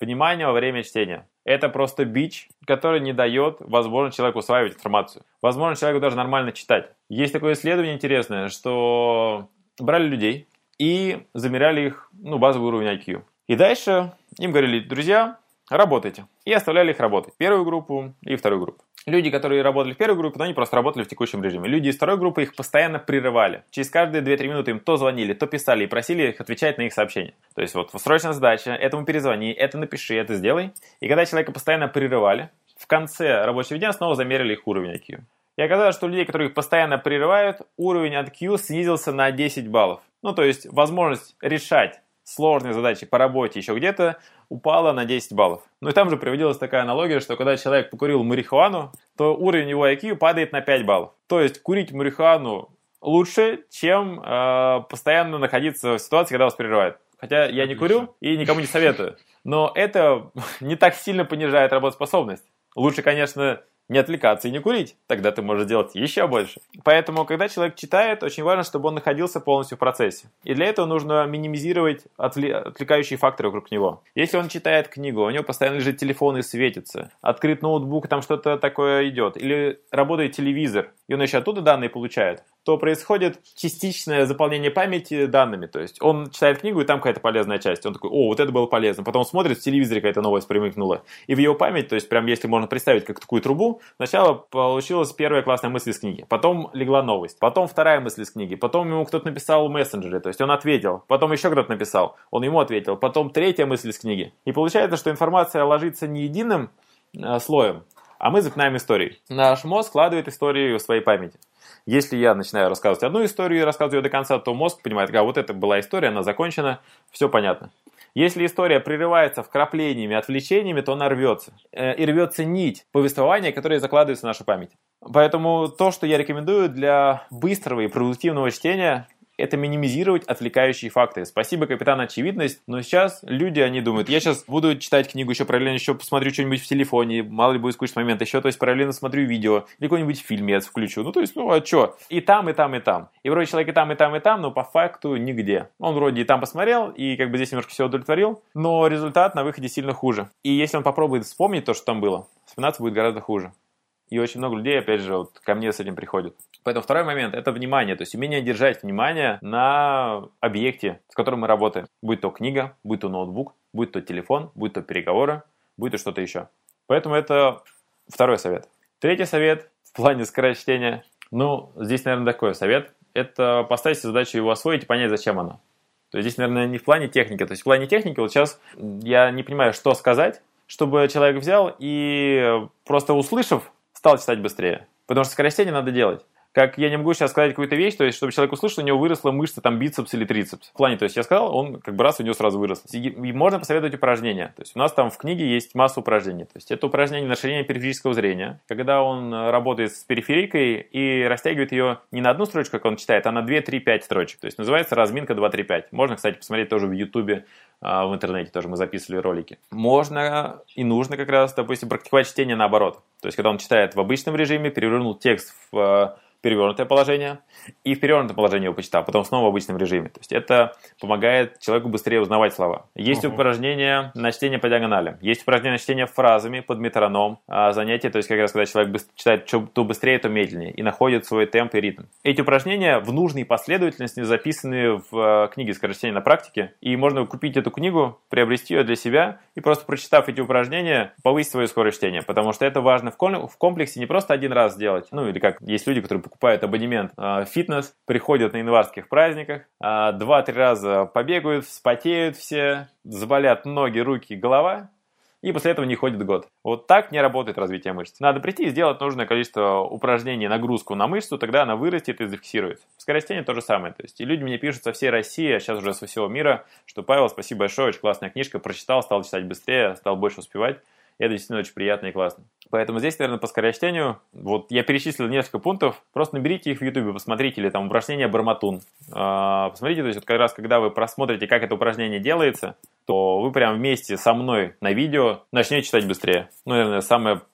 Внимание во время чтения. Это просто бич, который не дает возможность человеку усваивать информацию. Возможно, человеку даже нормально читать. Есть такое исследование интересное, что брали людей и замеряли их ну, базовый уровень ай кью. И дальше им говорили: друзья, работайте. И оставляли их работать. Первую группу и вторую группу. Люди, которые работали в первой группе, они просто работали в текущем режиме. Люди из второй группы их постоянно прерывали. Через каждые две-три минуты им то звонили, то писали и просили их отвечать на их сообщения. То есть вот срочная задача, этому перезвони, это напиши, это сделай. И когда человека постоянно прерывали, в конце рабочего дня снова замерили их уровень ай кью. И оказалось, что у людей, которые их постоянно прерывают, уровень ай кью снизился на десять баллов. Ну то есть возможность решать сложные задачи по работе еще где-то упала на десять баллов. Ну и там же приводилась такая аналогия, что когда человек покурил марихуану, то уровень его ай кью падает на пять баллов. То есть курить марихуану лучше, чем э, постоянно находиться в ситуации, когда вас прерывают. Хотя я не курю и никому не советую. Но это не так сильно понижает работоспособность. Лучше, конечно, не отвлекаться и не курить. Тогда ты можешь делать еще больше. Поэтому, когда человек читает, очень важно, чтобы он находился полностью в процессе. И для этого нужно минимизировать отвлекающие факторы вокруг него. Если он читает книгу, у него постоянно лежит телефон и светится, открыт ноутбук, там что-то такое идет, или работает телевизор, и он еще оттуда данные получает, то происходит частичное заполнение памяти данными. То есть он читает книгу, и там какая-то полезная часть. Он такой: о, вот это было полезно. Потом смотрит, в телевизоре какая-то новость примыкнула. И в его память, то есть прям если можно представить как такую трубу, сначала получилась первая классная мысль из книги, потом легла новость, потом вторая мысль из книги, потом ему кто-то написал в мессенджере, то есть он ответил, потом еще кто-то написал, он ему ответил, потом третья мысль из книги. И получается, что информация ложится не единым э, слоем, а мы запоминаем истории. Наш мозг складывает истории в своей памяти. Если я начинаю рассказывать одну историю и рассказываю ее до конца, то мозг понимает: а вот это была история, она закончена, все понятно. Если история прерывается вкраплениями, отвлечениями, то она рвется. И рвется нить повествования, которая закладывается в нашу память. Поэтому то, что я рекомендую для быстрого и продуктивного чтения, это минимизировать отвлекающие факторы. Спасибо, капитан Очевидность, но сейчас люди, они думают: я сейчас буду читать книгу, еще параллельно еще посмотрю что-нибудь в телефоне, мало ли будет скучный момент, еще, то есть параллельно смотрю видео, или какой-нибудь фильмец включу, ну то есть, ну а что? И там, и там, и там. И вроде человек и там, и там, и там, но по факту нигде. Он вроде и там посмотрел, и как бы здесь немножко все удовлетворил, но результат на выходе сильно хуже. И если он попробует вспомнить то, что там было, вспоминаться будет гораздо хуже. И очень много людей, опять же, вот ко мне с этим приходят. Поэтому второй момент – это внимание, то есть умение держать внимание на объекте, с которым мы работаем. Будь то книга, будь то ноутбук, будь то телефон, будь то переговоры, будь то что-то еще. Поэтому это второй совет. Третий совет в плане скорочтения, ну, здесь, наверное, такой совет – это поставить себе задачу его освоить и понять, зачем она. То есть здесь, наверное, не в плане техники. То есть в плане техники вот сейчас я не понимаю, что сказать, чтобы человек взял и просто услышав, стал читать быстрее. Потому что скорочтение надо делать. Как я не могу сейчас сказать какую-то вещь, то есть, чтобы человек услышал, у него выросла мышца, там, бицепс или трицепс. В плане, то есть, я сказал, он как бы раз у него сразу вырос. И, и можно посоветовать упражнения. То есть, у нас там в книге есть масса упражнений. То есть, это упражнение на расширение периферического зрения, когда он работает с периферикой и растягивает ее не на одну строчку, как он читает, а на две, три, пять строчек. То есть, называется разминка два, три, пять. Можно, кстати, посмотреть тоже в Ютубе, в интернете тоже мы записывали ролики. Можно и нужно как раз, допустим, практиковать чтение наоборот. То есть, когда он читает в обычном режиме, перевернул текст в перевернутое положение, и в перевернутое положение его почитал, потом снова в обычном режиме. То есть это помогает человеку быстрее узнавать слова. Есть uh-huh. упражнения на чтение по диагонали, есть упражнения на чтение фразами под метроном, занятия, то есть как раз когда человек читает то быстрее, то медленнее, и находит свой темп и ритм. Эти упражнения в нужной последовательности записаны в книге «Скорочтение на практике», и можно купить эту книгу, приобрести ее для себя, и просто прочитав эти упражнения, повысить свою скорость чтения, потому что это важно в комплексе не просто один раз сделать, ну или как есть люди, которые покупают абонемент в фитнес, приходят на январских праздниках, два-три раза побегают, вспотеют все, заболят ноги, руки, голова, и после этого не ходит год. Вот так не работает развитие мышц. Надо прийти и сделать нужное количество упражнений, нагрузку на мышцу, тогда она вырастет и зафиксируется. В скорочтении то же самое. То есть, и люди мне пишут со всей России, а сейчас уже со всего мира, что: Павел, спасибо большое, очень классная книжка, прочитал, стал читать быстрее, стал больше успевать. И это действительно очень приятно и классно. Поэтому здесь, наверное, по скорочтению, вот я перечислил несколько пунктов, просто наберите их в Ютубе, посмотрите, или там упражнение Барматун. Посмотрите, то есть вот как раз, когда вы просмотрите, как это упражнение делается, то вы прям вместе со мной на видео начнете читать быстрее. Ну, наверное, самое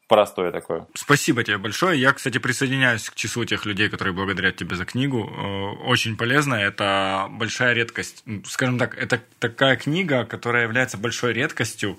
простое такое. Спасибо тебе большое. Я, кстати, присоединяюсь к числу тех людей, которые благодарят тебя за книгу. Очень полезно. Это большая редкость. Скажем так, это такая книга, которая является большой редкостью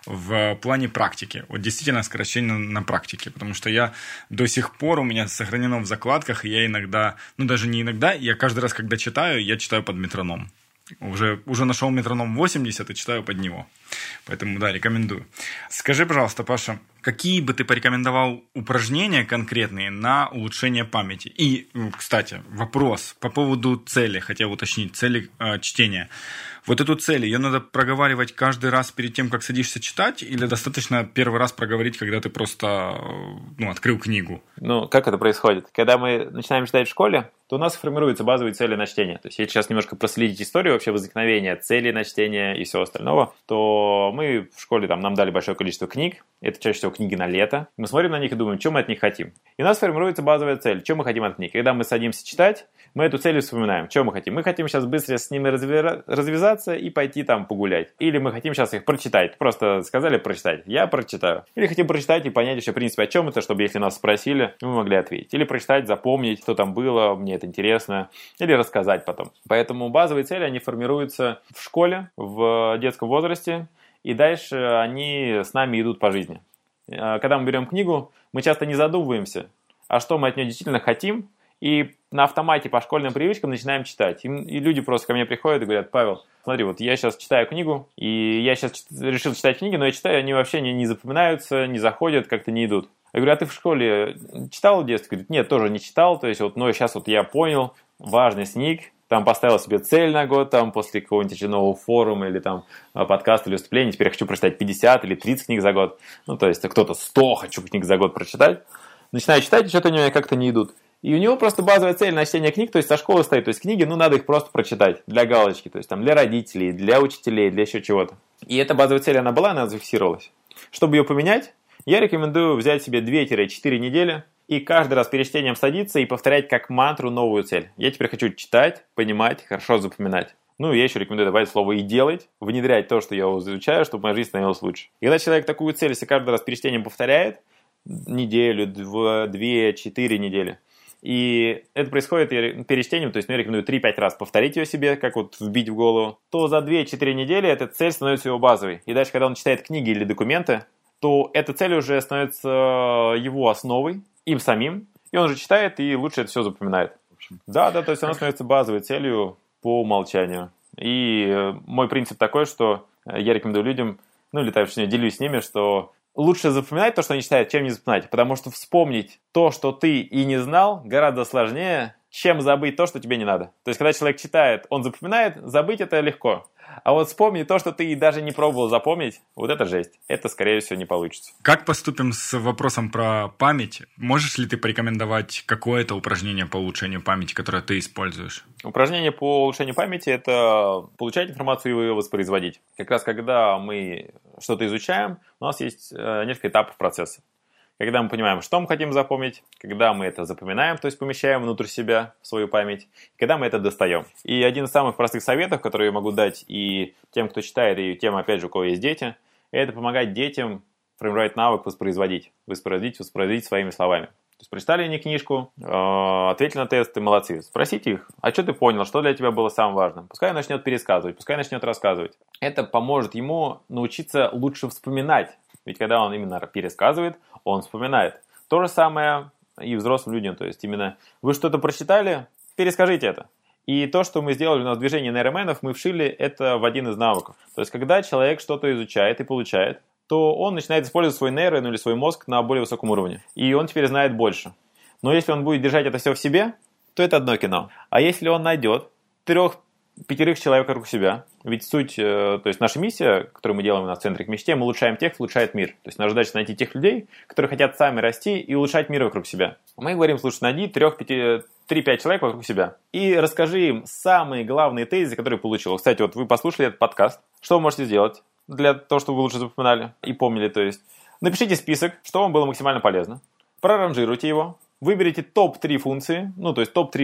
в плане практики. Вот действительно сокращение на практике. Потому что я до сих пор, у меня сохранено в закладках, я иногда, ну даже не иногда, я каждый раз, когда читаю, я читаю под метроном. Уже, уже нашел метроном восемьдесят и читаю под него. Поэтому, да, рекомендую. Скажи, пожалуйста, Паша, какие бы ты порекомендовал упражнения конкретные на улучшение памяти? И, кстати, вопрос по поводу цели. Хотел уточнить. Цели э, чтения. Вот эту цель, ее надо проговаривать каждый раз перед тем, как садишься читать? Или достаточно первый раз проговорить, когда ты просто ну, открыл книгу? Ну, как это происходит? Когда мы начинаем читать в школе, то у нас формируются базовые цели на чтение. То есть, если сейчас немножко проследить историю вообще возникновения целей на чтение и всего остального, то мы в школе, там, нам дали большое количество книг. Это чаще всего книги на лето. Мы смотрим на них и думаем, что мы от них хотим. И у нас формируется базовая цель, что мы хотим от книг. Когда мы садимся читать, мы эту цель вспоминаем, что мы хотим. Мы хотим сейчас быстро с ними развязаться и пойти там погулять. Или мы хотим сейчас их прочитать. Просто сказали прочитать. Я прочитаю. Или хотим прочитать и понять еще, в принципе, о чем это, чтобы если нас спросили, мы могли ответить. Или прочитать, запомнить, что там было, мне это интересно. Или рассказать потом. Поэтому базовые цели, они формируются в школе, в детском возрасте. И дальше они с нами идут по жизни. Когда мы берем книгу, мы часто не задумываемся, а что мы от нее действительно хотим. И на автомате по школьным привычкам начинаем читать. И, и люди просто ко мне приходят и говорят: Павел, смотри, вот я сейчас читаю книгу, и я сейчас решил читать книги, но я читаю, они вообще не, не запоминаются, не заходят, как-то не идут. Я говорю: а ты в школе читал в детстве? Говорит: нет, тоже не читал. То есть вот, но сейчас вот я понял, важный сник, там поставил себе цель на год, там после какого-нибудь очередного форума или там подкаста или выступления, теперь я хочу прочитать пятьдесят или тридцать книг за год. Ну, то есть кто-то сто хочу книг за год прочитать. Начинаю читать, и что-то они у меня как-то не идут. И у него просто базовая цель на чтение книг, то есть со школы стоит. То есть книги, ну, надо их просто прочитать для галочки. То есть там для родителей, для учителей, для еще чего-то. И эта базовая цель, она была, она зафиксировалась. Чтобы ее поменять, я рекомендую взять себе две-четыре недели и каждый раз перед чтением садиться и повторять как мантру новую цель. Я теперь хочу читать, понимать, хорошо запоминать. Ну, я еще рекомендую добавить слово «и делать», внедрять то, что я изучаю, чтобы моя жизнь становилась лучше. И когда человек такую цель, если каждый раз перед чтением повторяет, неделю, два, две, четыре недели, и это происходит перед чтением, то есть я рекомендую три-пять раз повторить ее себе, как вот вбить в голову, то за две-четыре недели эта цель становится его базовой. И дальше, когда он читает книги или документы, то эта цель уже становится его основой, им самим, и он же читает и лучше это все запоминает. Да, да, то есть она становится базовой целью по умолчанию. И мой принцип такой, что я рекомендую людям, ну или точнее делюсь с ними, что лучше запоминать то, что они читают, чем не запоминать. Потому что вспомнить то, что ты и не знал, гораздо сложнее, чем забыть то, что тебе не надо. То есть, когда человек читает, он запоминает, забыть это легко. А вот вспомни то, что ты даже не пробовал запомнить, вот это жесть. Это, скорее всего, не получится. Как поступим с вопросом про память? Можешь ли ты порекомендовать какое-то упражнение по улучшению памяти, которое ты используешь? Упражнение по улучшению памяти – это получать информацию и ее воспроизводить. Как раз когда мы что-то изучаем, у нас есть несколько этапов процесса. Когда мы понимаем, что мы хотим запомнить, когда мы это запоминаем, то есть помещаем внутрь себя в свою память, и когда мы это достаем. И один из самых простых советов, которые я могу дать и тем, кто читает, и тем, опять же, у кого есть дети, это помогать детям формировать навык воспроизводить. Воспроизводить, воспроизводить своими словами. То есть прочитали они книжку, э, ответили на тесты, молодцы. Спросите их, а что ты понял, что для тебя было самым важным? Пускай он начнет пересказывать, пускай начнет рассказывать. Это поможет ему научиться лучше вспоминать. Ведь когда он именно пересказывает, он вспоминает. То же самое и взрослым людям. То есть именно вы что-то прочитали, перескажите это. И то, что мы сделали у нас в движении нейроменов, мы вшили это в один из навыков. То есть когда человек что-то изучает и получает, то он начинает использовать свой нейрон или свой мозг на более высоком уровне. И он теперь знает больше. Но если он будет держать это все в себе, то это одно кино. А если он найдет трех пятерых человек вокруг себя. Ведь суть, то есть наша миссия, которую мы делаем у нас в Центре к мечте, мы улучшаем тех, кто улучшает мир. То есть наша задача найти тех людей, которые хотят сами расти и улучшать мир вокруг себя. Мы говорим: слушай, найди три-пять человек вокруг себя и расскажи им самые главные тезисы, которые получил. Кстати, вот вы послушали этот подкаст. Что вы можете сделать для того, чтобы вы лучше запоминали и помнили? То есть напишите список, что вам было максимально полезно, проранжируйте его, выберите топ три функции, ну то есть топ три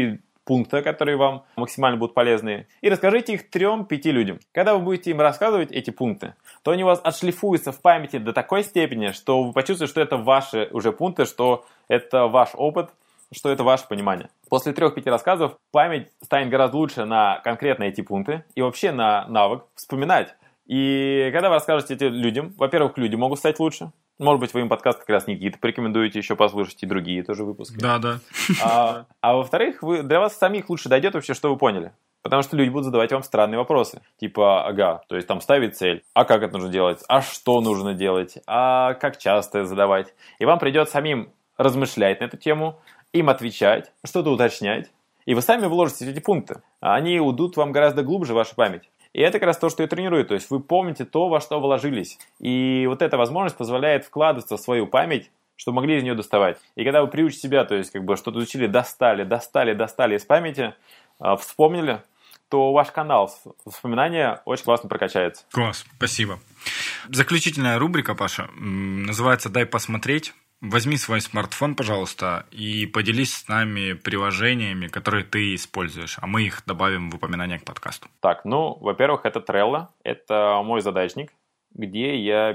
пункта, которые вам максимально будут полезны, и расскажите их трем-пяти людям. Когда вы будете им рассказывать эти пункты, то они у вас отшлифуются в памяти до такой степени, что вы почувствуете, что это ваши уже пункты, что это ваш опыт, что это ваше понимание. После трех-пяти рассказов память станет гораздо лучше на конкретно эти пункты и вообще на навык вспоминать. И когда вы расскажете это людям, во-первых, люди могут стать лучше. Может быть, вы им подкаст как раз Никита порекомендуете еще послушать и другие тоже выпуски. Да, да. А, а во-вторых, вы, для вас самих лучше дойдет вообще, что вы поняли. Потому что люди будут задавать вам странные вопросы. Типа, ага, то есть там ставить цель. А как это нужно делать? А что нужно делать? А как часто задавать? И вам придется самим размышлять на эту тему, им отвечать, что-то уточнять. И вы сами вложите эти пункты. Они уйдут вам гораздо глубже в вашу память. И это как раз то, что и тренирует. То есть вы помните то, во что вложились. И вот эта возможность позволяет вкладываться в свою память, чтобы могли из нее доставать. И когда вы приучите себя, то есть как бы что-то учили, достали, достали, достали из памяти, вспомнили, то ваш канал вспоминания очень классно прокачается. Класс, спасибо. Заключительная рубрика, Паша, называется «Дай посмотреть». Возьми свой смартфон, пожалуйста, и поделись с нами приложениями, которые ты используешь, а мы их добавим в упоминание к подкасту. Так, ну, во-первых, это Trello, это мой задачник, где я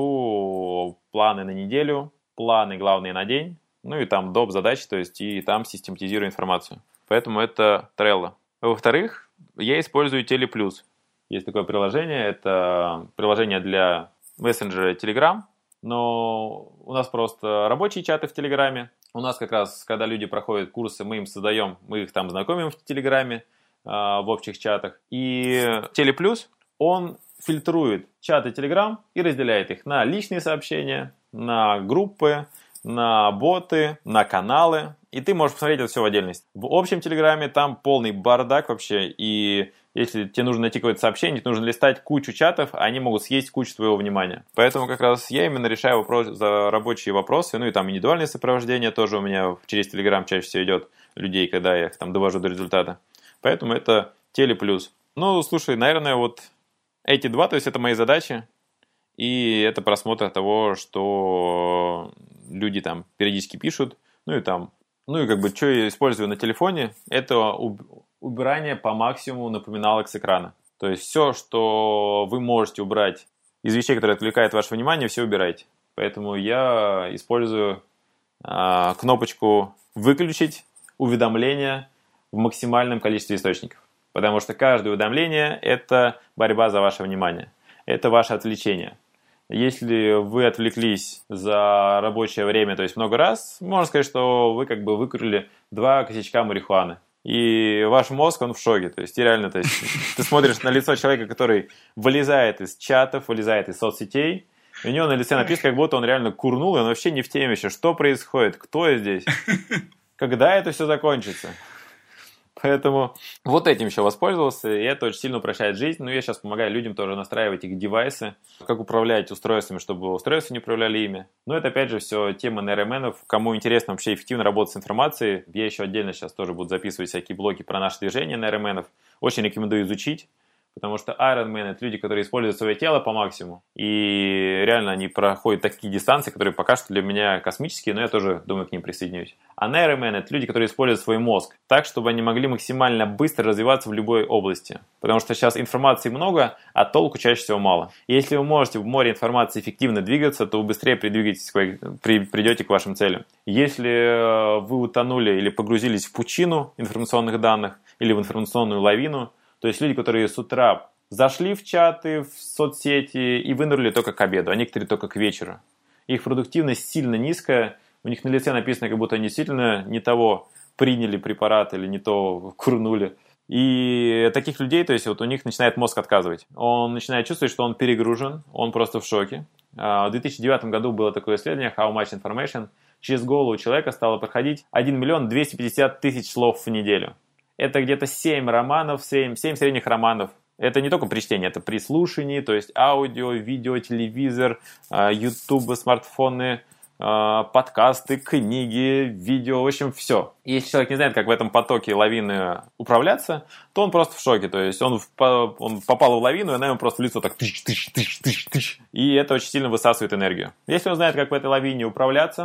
пишу планы на неделю, планы главные на день, ну и там доп. Задач, то есть и там систематизирую информацию. Поэтому это Trello. Во-вторых, я использую Телеплюс. Есть такое приложение, это приложение для мессенджера Telegram. Но у нас просто рабочие чаты в Телеграме. У нас как раз, когда люди проходят курсы, мы им создаем, мы их там знакомим в Телеграме, э, в общих чатах. И Телеплюс, он фильтрует чаты Телеграм и разделяет их на личные сообщения, на группы, на боты, на каналы. И ты можешь посмотреть это все в отдельности. В общем Телеграме там полный бардак вообще. И если тебе нужно найти какое-то сообщение, тебе нужно листать кучу чатов, а они могут съесть кучу твоего внимания. Поэтому как раз я именно решаю вопрос, за рабочие вопросы. Ну и там индивидуальное сопровождение тоже у меня через Телеграм чаще всего идет людей, когда я их там довожу до результата. Поэтому это Телеплюс. Ну, слушай, наверное, вот эти два, то есть это мои задачи. И это просмотр того, что люди там периодически пишут. Ну и там, ну и как бы, что я использую на телефоне, это убирание по максимуму напоминалок с экрана. То есть все, что вы можете убрать из вещей, которые отвлекают ваше внимание, все убирайте. Поэтому я использую а, кнопочку «Выключить уведомления» в максимальном количестве источников. Потому что каждое уведомление – это борьба за ваше внимание. Это ваше отвлечение. Если вы отвлеклись за рабочее время, то есть много раз, можно сказать, что вы как бы выкурили два косячка марихуаны. И ваш мозг, он в шоке. То есть, реально, то есть, ты смотришь на лицо человека, который вылезает из чатов, вылезает из соцсетей, и у него на лице написано, как будто он реально курнул, и он вообще не в теме еще. Что происходит? Кто здесь? Когда это все закончится? Поэтому вот этим еще воспользовался, и это очень сильно упрощает жизнь. Но я сейчас помогаю людям тоже настраивать их девайсы, как управлять устройствами, чтобы устройства не управляли ими. Но это, опять же, все тема нейроменов. Кому интересно вообще эффективно работать с информацией, я еще отдельно сейчас тоже буду записывать всякие блоги про наши движения нейроменов. Очень рекомендую изучить. Потому что Ironman – это люди, которые используют свое тело по максимуму. И реально они проходят такие дистанции, которые пока что для меня космические, но я тоже, думаю, к ним присоединюсь. А Ironman – это люди, которые используют свой мозг так, чтобы они могли максимально быстро развиваться в любой области. Потому что сейчас информации много, а толку чаще всего мало. И если вы можете в море информации эффективно двигаться, то вы быстрее придвигаетесь к, при, придете к вашим целям. Если вы утонули или погрузились в пучину информационных данных или в информационную лавину, то есть люди, которые с утра зашли в чаты, в соцсети и вынырнули только к обеду, а некоторые только к вечеру. Их продуктивность сильно низкая, у них на лице написано, как будто они сильно не того приняли препарат или не то курнули. И таких людей, то есть вот у них начинает мозг отказывать. Он начинает чувствовать, что он перегружен, он просто в шоке. В две тысячи девятом году было такое исследование «How much information». Через голову человека стало проходить один миллион двести пятьдесят тысяч слов в неделю. Это где-то семь романов, семь, семь средних романов. Это не только при чтении, это при слушании, то есть аудио, видео, телевизор, YouTube, смартфоны, подкасты, книги, видео, в общем, все. И если человек не знает, как в этом потоке лавины управляться, то он просто в шоке. То есть он, в, он попал в лавину, и она ему просто в лицо так тыщ, тыщ, тыщ, тыщ, тыщ. И это очень сильно высасывает энергию. Если он знает, как в этой лавине управляться,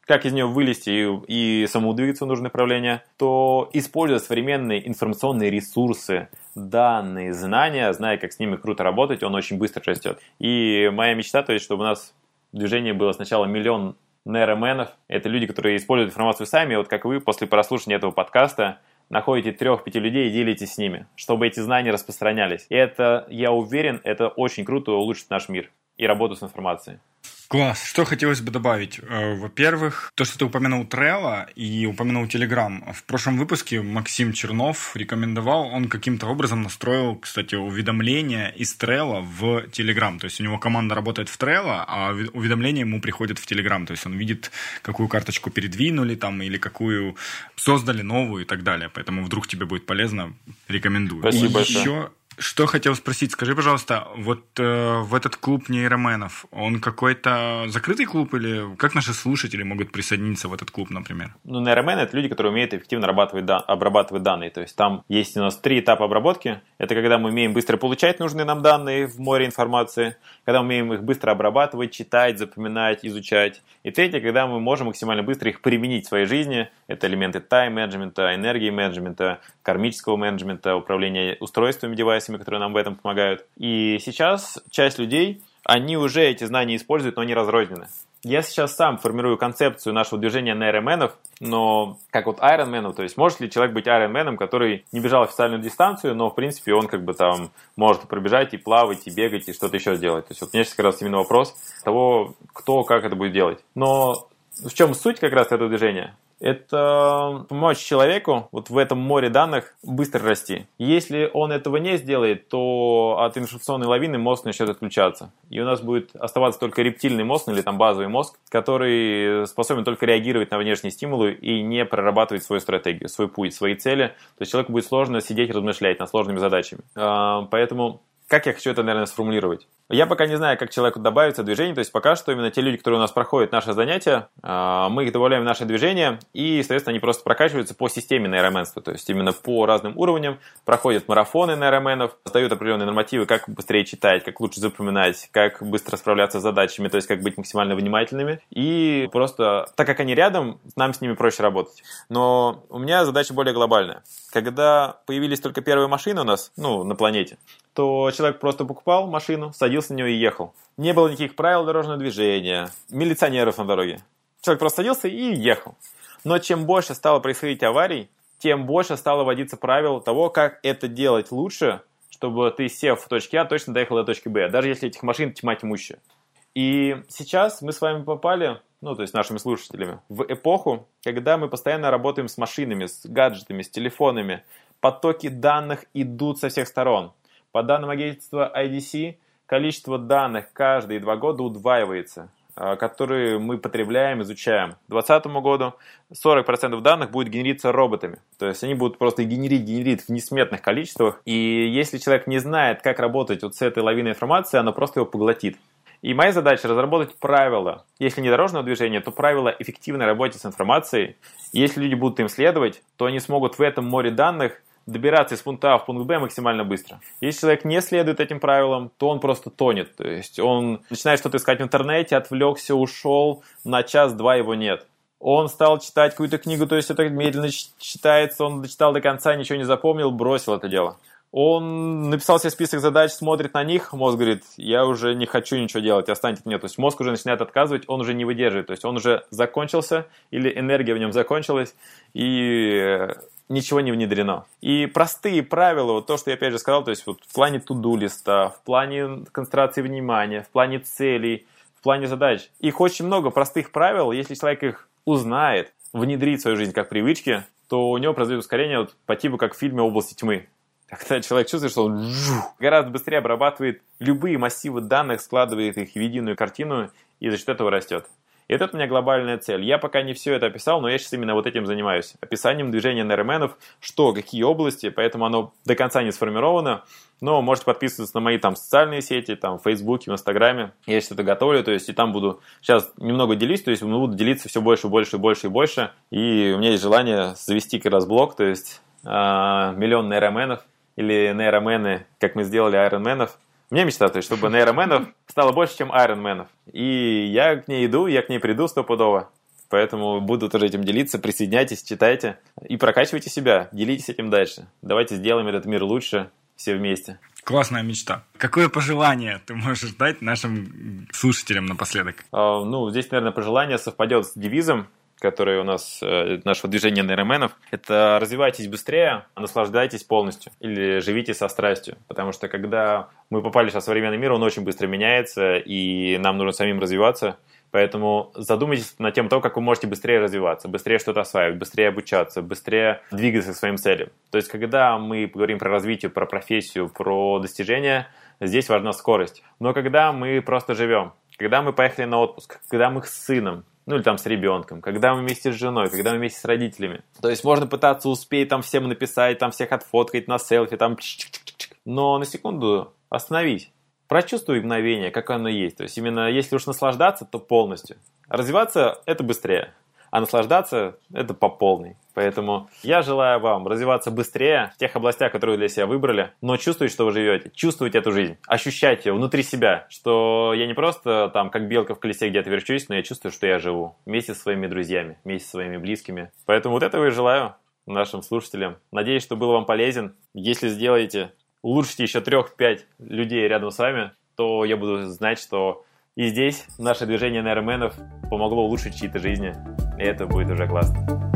как из нее вылезти и, и самоудвигаться в нужное направление, то используя современные информационные ресурсы, данные, знания, зная, как с ними круто работать, он очень быстро растет. И моя мечта, то есть, чтобы у нас в движении было сначала миллион нейроменов. Это люди, которые используют информацию сами, вот как вы после прослушивания этого подкаста находите трех-пяти людей и делитесь с ними, чтобы эти знания распространялись. И это, я уверен, это очень круто улучшит наш мир и работу с информацией. Класс. Что хотелось бы добавить? Во-первых, то, что ты упомянул Trello и упомянул Telegram. В прошлом выпуске Максим Чернов рекомендовал, он каким-то образом настроил, кстати, уведомления из Trello в Telegram. То есть у него команда работает в Trello, а уведомления ему приходят в Telegram. То есть он видит, какую карточку передвинули там или какую создали новую и так далее. Поэтому вдруг тебе будет полезно, рекомендую. Спасибо и большое. Еще... Что хотел спросить, скажи, пожалуйста, вот э, в этот клуб нейроменов, он какой-то закрытый клуб или как наши слушатели могут присоединиться в этот клуб, например? Ну, нейромены — это люди, которые умеют эффективно обрабатывать, дан- обрабатывать данные. То есть там есть у нас три этапа обработки. Это когда мы умеем быстро получать нужные нам данные в море информации, когда мы умеем их быстро обрабатывать, читать, запоминать, изучать. И третье, когда мы можем максимально быстро их применить в своей жизни. Это элементы тайм-менеджмента, энергии-менеджмента, кармического менеджмента, управления устройствами, девайсами, которые нам в этом помогают. И сейчас часть людей, они уже эти знания используют, но они разрознены. Я сейчас сам формирую концепцию нашего движения нейроменов, но как вот айронменов, то есть может ли человек быть айронменом, который не бежал официальную дистанцию, но в принципе он как бы там может пробежать и плавать, и бегать, и что-то еще делать. То есть вот у меня сейчас как раз именно вопрос того, кто как это будет делать. Но в чем суть как раз этого движения? Это помочь человеку вот в этом море данных быстро расти. Если он этого не сделает, то от информационной лавины мозг начнет отключаться. И у нас будет оставаться только рептильный мозг, или там базовый мозг, который способен только реагировать на внешние стимулы и не прорабатывать свою стратегию, свой путь, свои цели. То есть человеку будет сложно сидеть и размышлять над сложными задачами. Поэтому как я хочу это, наверное, сформулировать? Я пока не знаю, как человеку добавиться движение, то есть пока что именно те люди, которые у нас проходят наши занятия, мы их добавляем в наше движение, и, соответственно, они просто прокачиваются по системе нейроменства, то есть именно по разным уровням, проходят марафоны нейроменов, сдают определенные нормативы, как быстрее читать, как лучше запоминать, как быстро справляться с задачами, то есть как быть максимально внимательными, и просто, так как они рядом, нам с ними проще работать. Но у меня задача более глобальная. Когда появились только первые машины у нас, ну, на планете, то человек просто покупал машину, садился на нее и ехал. Не было никаких правил дорожного движения, милиционеров на дороге. Человек просто садился и ехал. Но чем больше стало происходить аварий, тем больше стало вводиться правил того, как это делать лучше, чтобы ты, сев в точке А, точно доехал до точки Б, даже если этих машин тьма тьмущая. И сейчас мы с вами попали, ну, то есть нашими слушателями, в эпоху, когда мы постоянно работаем с машинами, с гаджетами, с телефонами. Потоки данных идут со всех сторон. По данным агентства ай ди си, количество данных каждые два года удваивается, которые мы потребляем, изучаем. К две тысячи двадцатому году сорок процентов данных будет генериться роботами. То есть они будут просто генерить, генерить в несметных количествах. И если человек не знает, как работать вот с этой лавиной информации, она просто его поглотит. И моя задача разработать правила, если не дорожного движения, то правила эффективной работы с информацией. И если люди будут им следовать, то они смогут в этом море данных добираться из пункта А в пункт Б максимально быстро. Если человек не следует этим правилам, то он просто тонет. То есть он начинает что-то искать в интернете, отвлекся, ушел, на час-два его нет. Он стал читать какую-то книгу, то есть это медленно читается, он дочитал до конца, ничего не запомнил, бросил это дело. Он написал себе список задач, смотрит на них, мозг говорит, я уже не хочу ничего делать, останьте от меня. То есть мозг уже начинает отказывать, он уже не выдерживает. То есть он уже закончился, или энергия в нем закончилась, и ничего не внедрено. И простые правила, вот то, что я опять же сказал, то есть вот в плане to-do-листа, в плане концентрации внимания, в плане целей, в плане задач. Их очень много простых правил, если человек их узнает, внедрит в свою жизнь как привычки, то у него произойдет ускорение вот по типу как в фильме «Области тьмы». Когда человек чувствует, что он гораздо быстрее обрабатывает любые массивы данных, складывает их в единую картину и за счет этого растет. И это у меня глобальная цель. Я пока не все это описал, но я сейчас именно вот этим занимаюсь. Описанием движения нейроменов, что, какие области, поэтому оно до конца не сформировано. Но можете подписываться на мои там социальные сети, там в Фейсбуке, в Инстаграме. Я сейчас это готовлю, то есть и там буду сейчас немного делиться, то есть буду делиться все больше, больше, больше и больше. И у меня есть желание завести как раз блог, то есть э, миллион нейроменов или нейромены, как мы сделали айронменов. У меня мечта, то есть, чтобы нейроменов стало больше, чем айронменов. И я к ней иду, я к ней приду стопудово. Поэтому буду тоже этим делиться. Присоединяйтесь, читайте и прокачивайте себя. Делитесь этим дальше. Давайте сделаем этот мир лучше все вместе. Классная мечта. Какое пожелание ты можешь дать нашим слушателям напоследок? А, ну, здесь, наверное, пожелание совпадет с девизом, который у нас, э, нашего движения нейроменов. Это развивайтесь быстрее, наслаждайтесь полностью или живите со страстью. Потому что когда мы попали сейчас в современный мир, он очень быстро меняется, и нам нужно самим развиваться. Поэтому задумайтесь над тем, как вы можете быстрее развиваться, быстрее что-то осваивать, быстрее обучаться, быстрее двигаться к своим целям. То есть, когда мы говорим про развитие, про профессию, про достижения, здесь важна скорость. Но когда мы просто живем, когда мы поехали на отпуск, когда мы с сыном, ну или там с ребенком, когда мы вместе с женой, когда мы вместе с родителями. То есть, можно пытаться успеть там всем написать, там всех отфоткать на селфи, там чик-чик-чик-чик. Но на секунду остановись. Прочувствуй мгновение, как оно есть. То есть именно если уж наслаждаться, то полностью. Развиваться – это быстрее, а наслаждаться – это по полной. Поэтому я желаю вам развиваться быстрее в тех областях, которые вы для себя выбрали, но чувствуйте, что вы живете, чувствуйте эту жизнь, ощущайте ее внутри себя, что я не просто там как белка в колесе где-то верчусь, но я чувствую, что я живу вместе со своими друзьями, вместе со своими близкими. Поэтому вот этого и желаю нашим слушателям. Надеюсь, что был вам полезен. Если сделаете... улучшите еще трех-пять людей рядом с вами, то я буду знать, что и здесь наше движение нейроменов помогло улучшить чьи-то жизни. И это будет уже классно.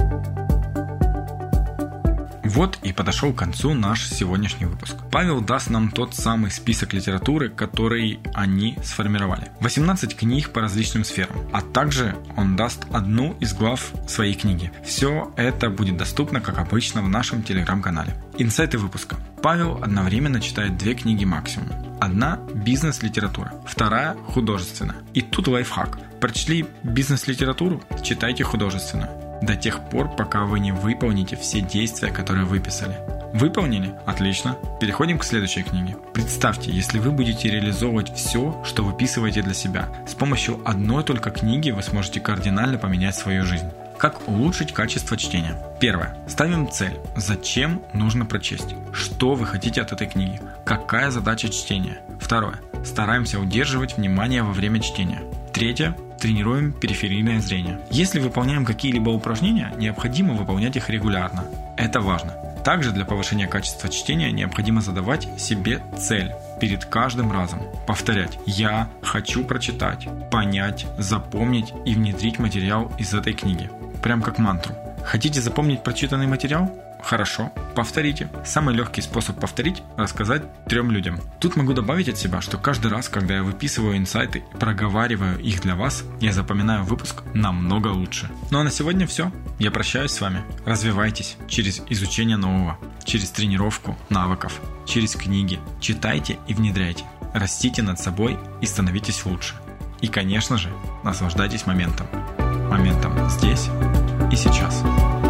Вот и подошел к концу наш сегодняшний выпуск. Павел даст нам тот самый список литературы, который они сформировали. восемнадцать книг по различным сферам, а также он даст одну из глав своей книги. Все это будет доступно, как обычно, в нашем телеграм-канале. Инсайты выпуска. Павел одновременно читает две книги максимум. Одна – бизнес-литература, вторая – художественная. И тут лайфхак. Прочли бизнес-литературу – читайте художественную. До тех пор, пока вы не выполните все действия, которые выписали. Выполнили? Отлично. Переходим к следующей книге. Представьте, если вы будете реализовывать все, что выписываете для себя. С помощью одной только книги вы сможете кардинально поменять свою жизнь. Как улучшить качество чтения? Первое. Ставим цель. Зачем нужно прочесть? Что вы хотите от этой книги? Какая задача чтения? Второе. Стараемся удерживать внимание во время чтения. Третье. Тренируем периферийное зрение. Если выполняем какие-либо упражнения, необходимо выполнять их регулярно. Это важно. Также для повышения качества чтения необходимо задавать себе цель перед каждым разом. Повторять: я хочу прочитать, понять, запомнить и внедрить материал из этой книги. Прям как мантру. Хотите запомнить прочитанный материал? Хорошо, повторите. Самый легкий способ повторить – рассказать трем людям. Тут могу добавить от себя, что каждый раз, когда я выписываю инсайты и проговариваю их для вас, я запоминаю выпуск намного лучше. Ну а на сегодня все. Я прощаюсь с вами. Развивайтесь через изучение нового, через тренировку навыков, через книги. Читайте и внедряйте. Растите над собой и становитесь лучше. И, конечно же, наслаждайтесь моментом. Моментом здесь и сейчас.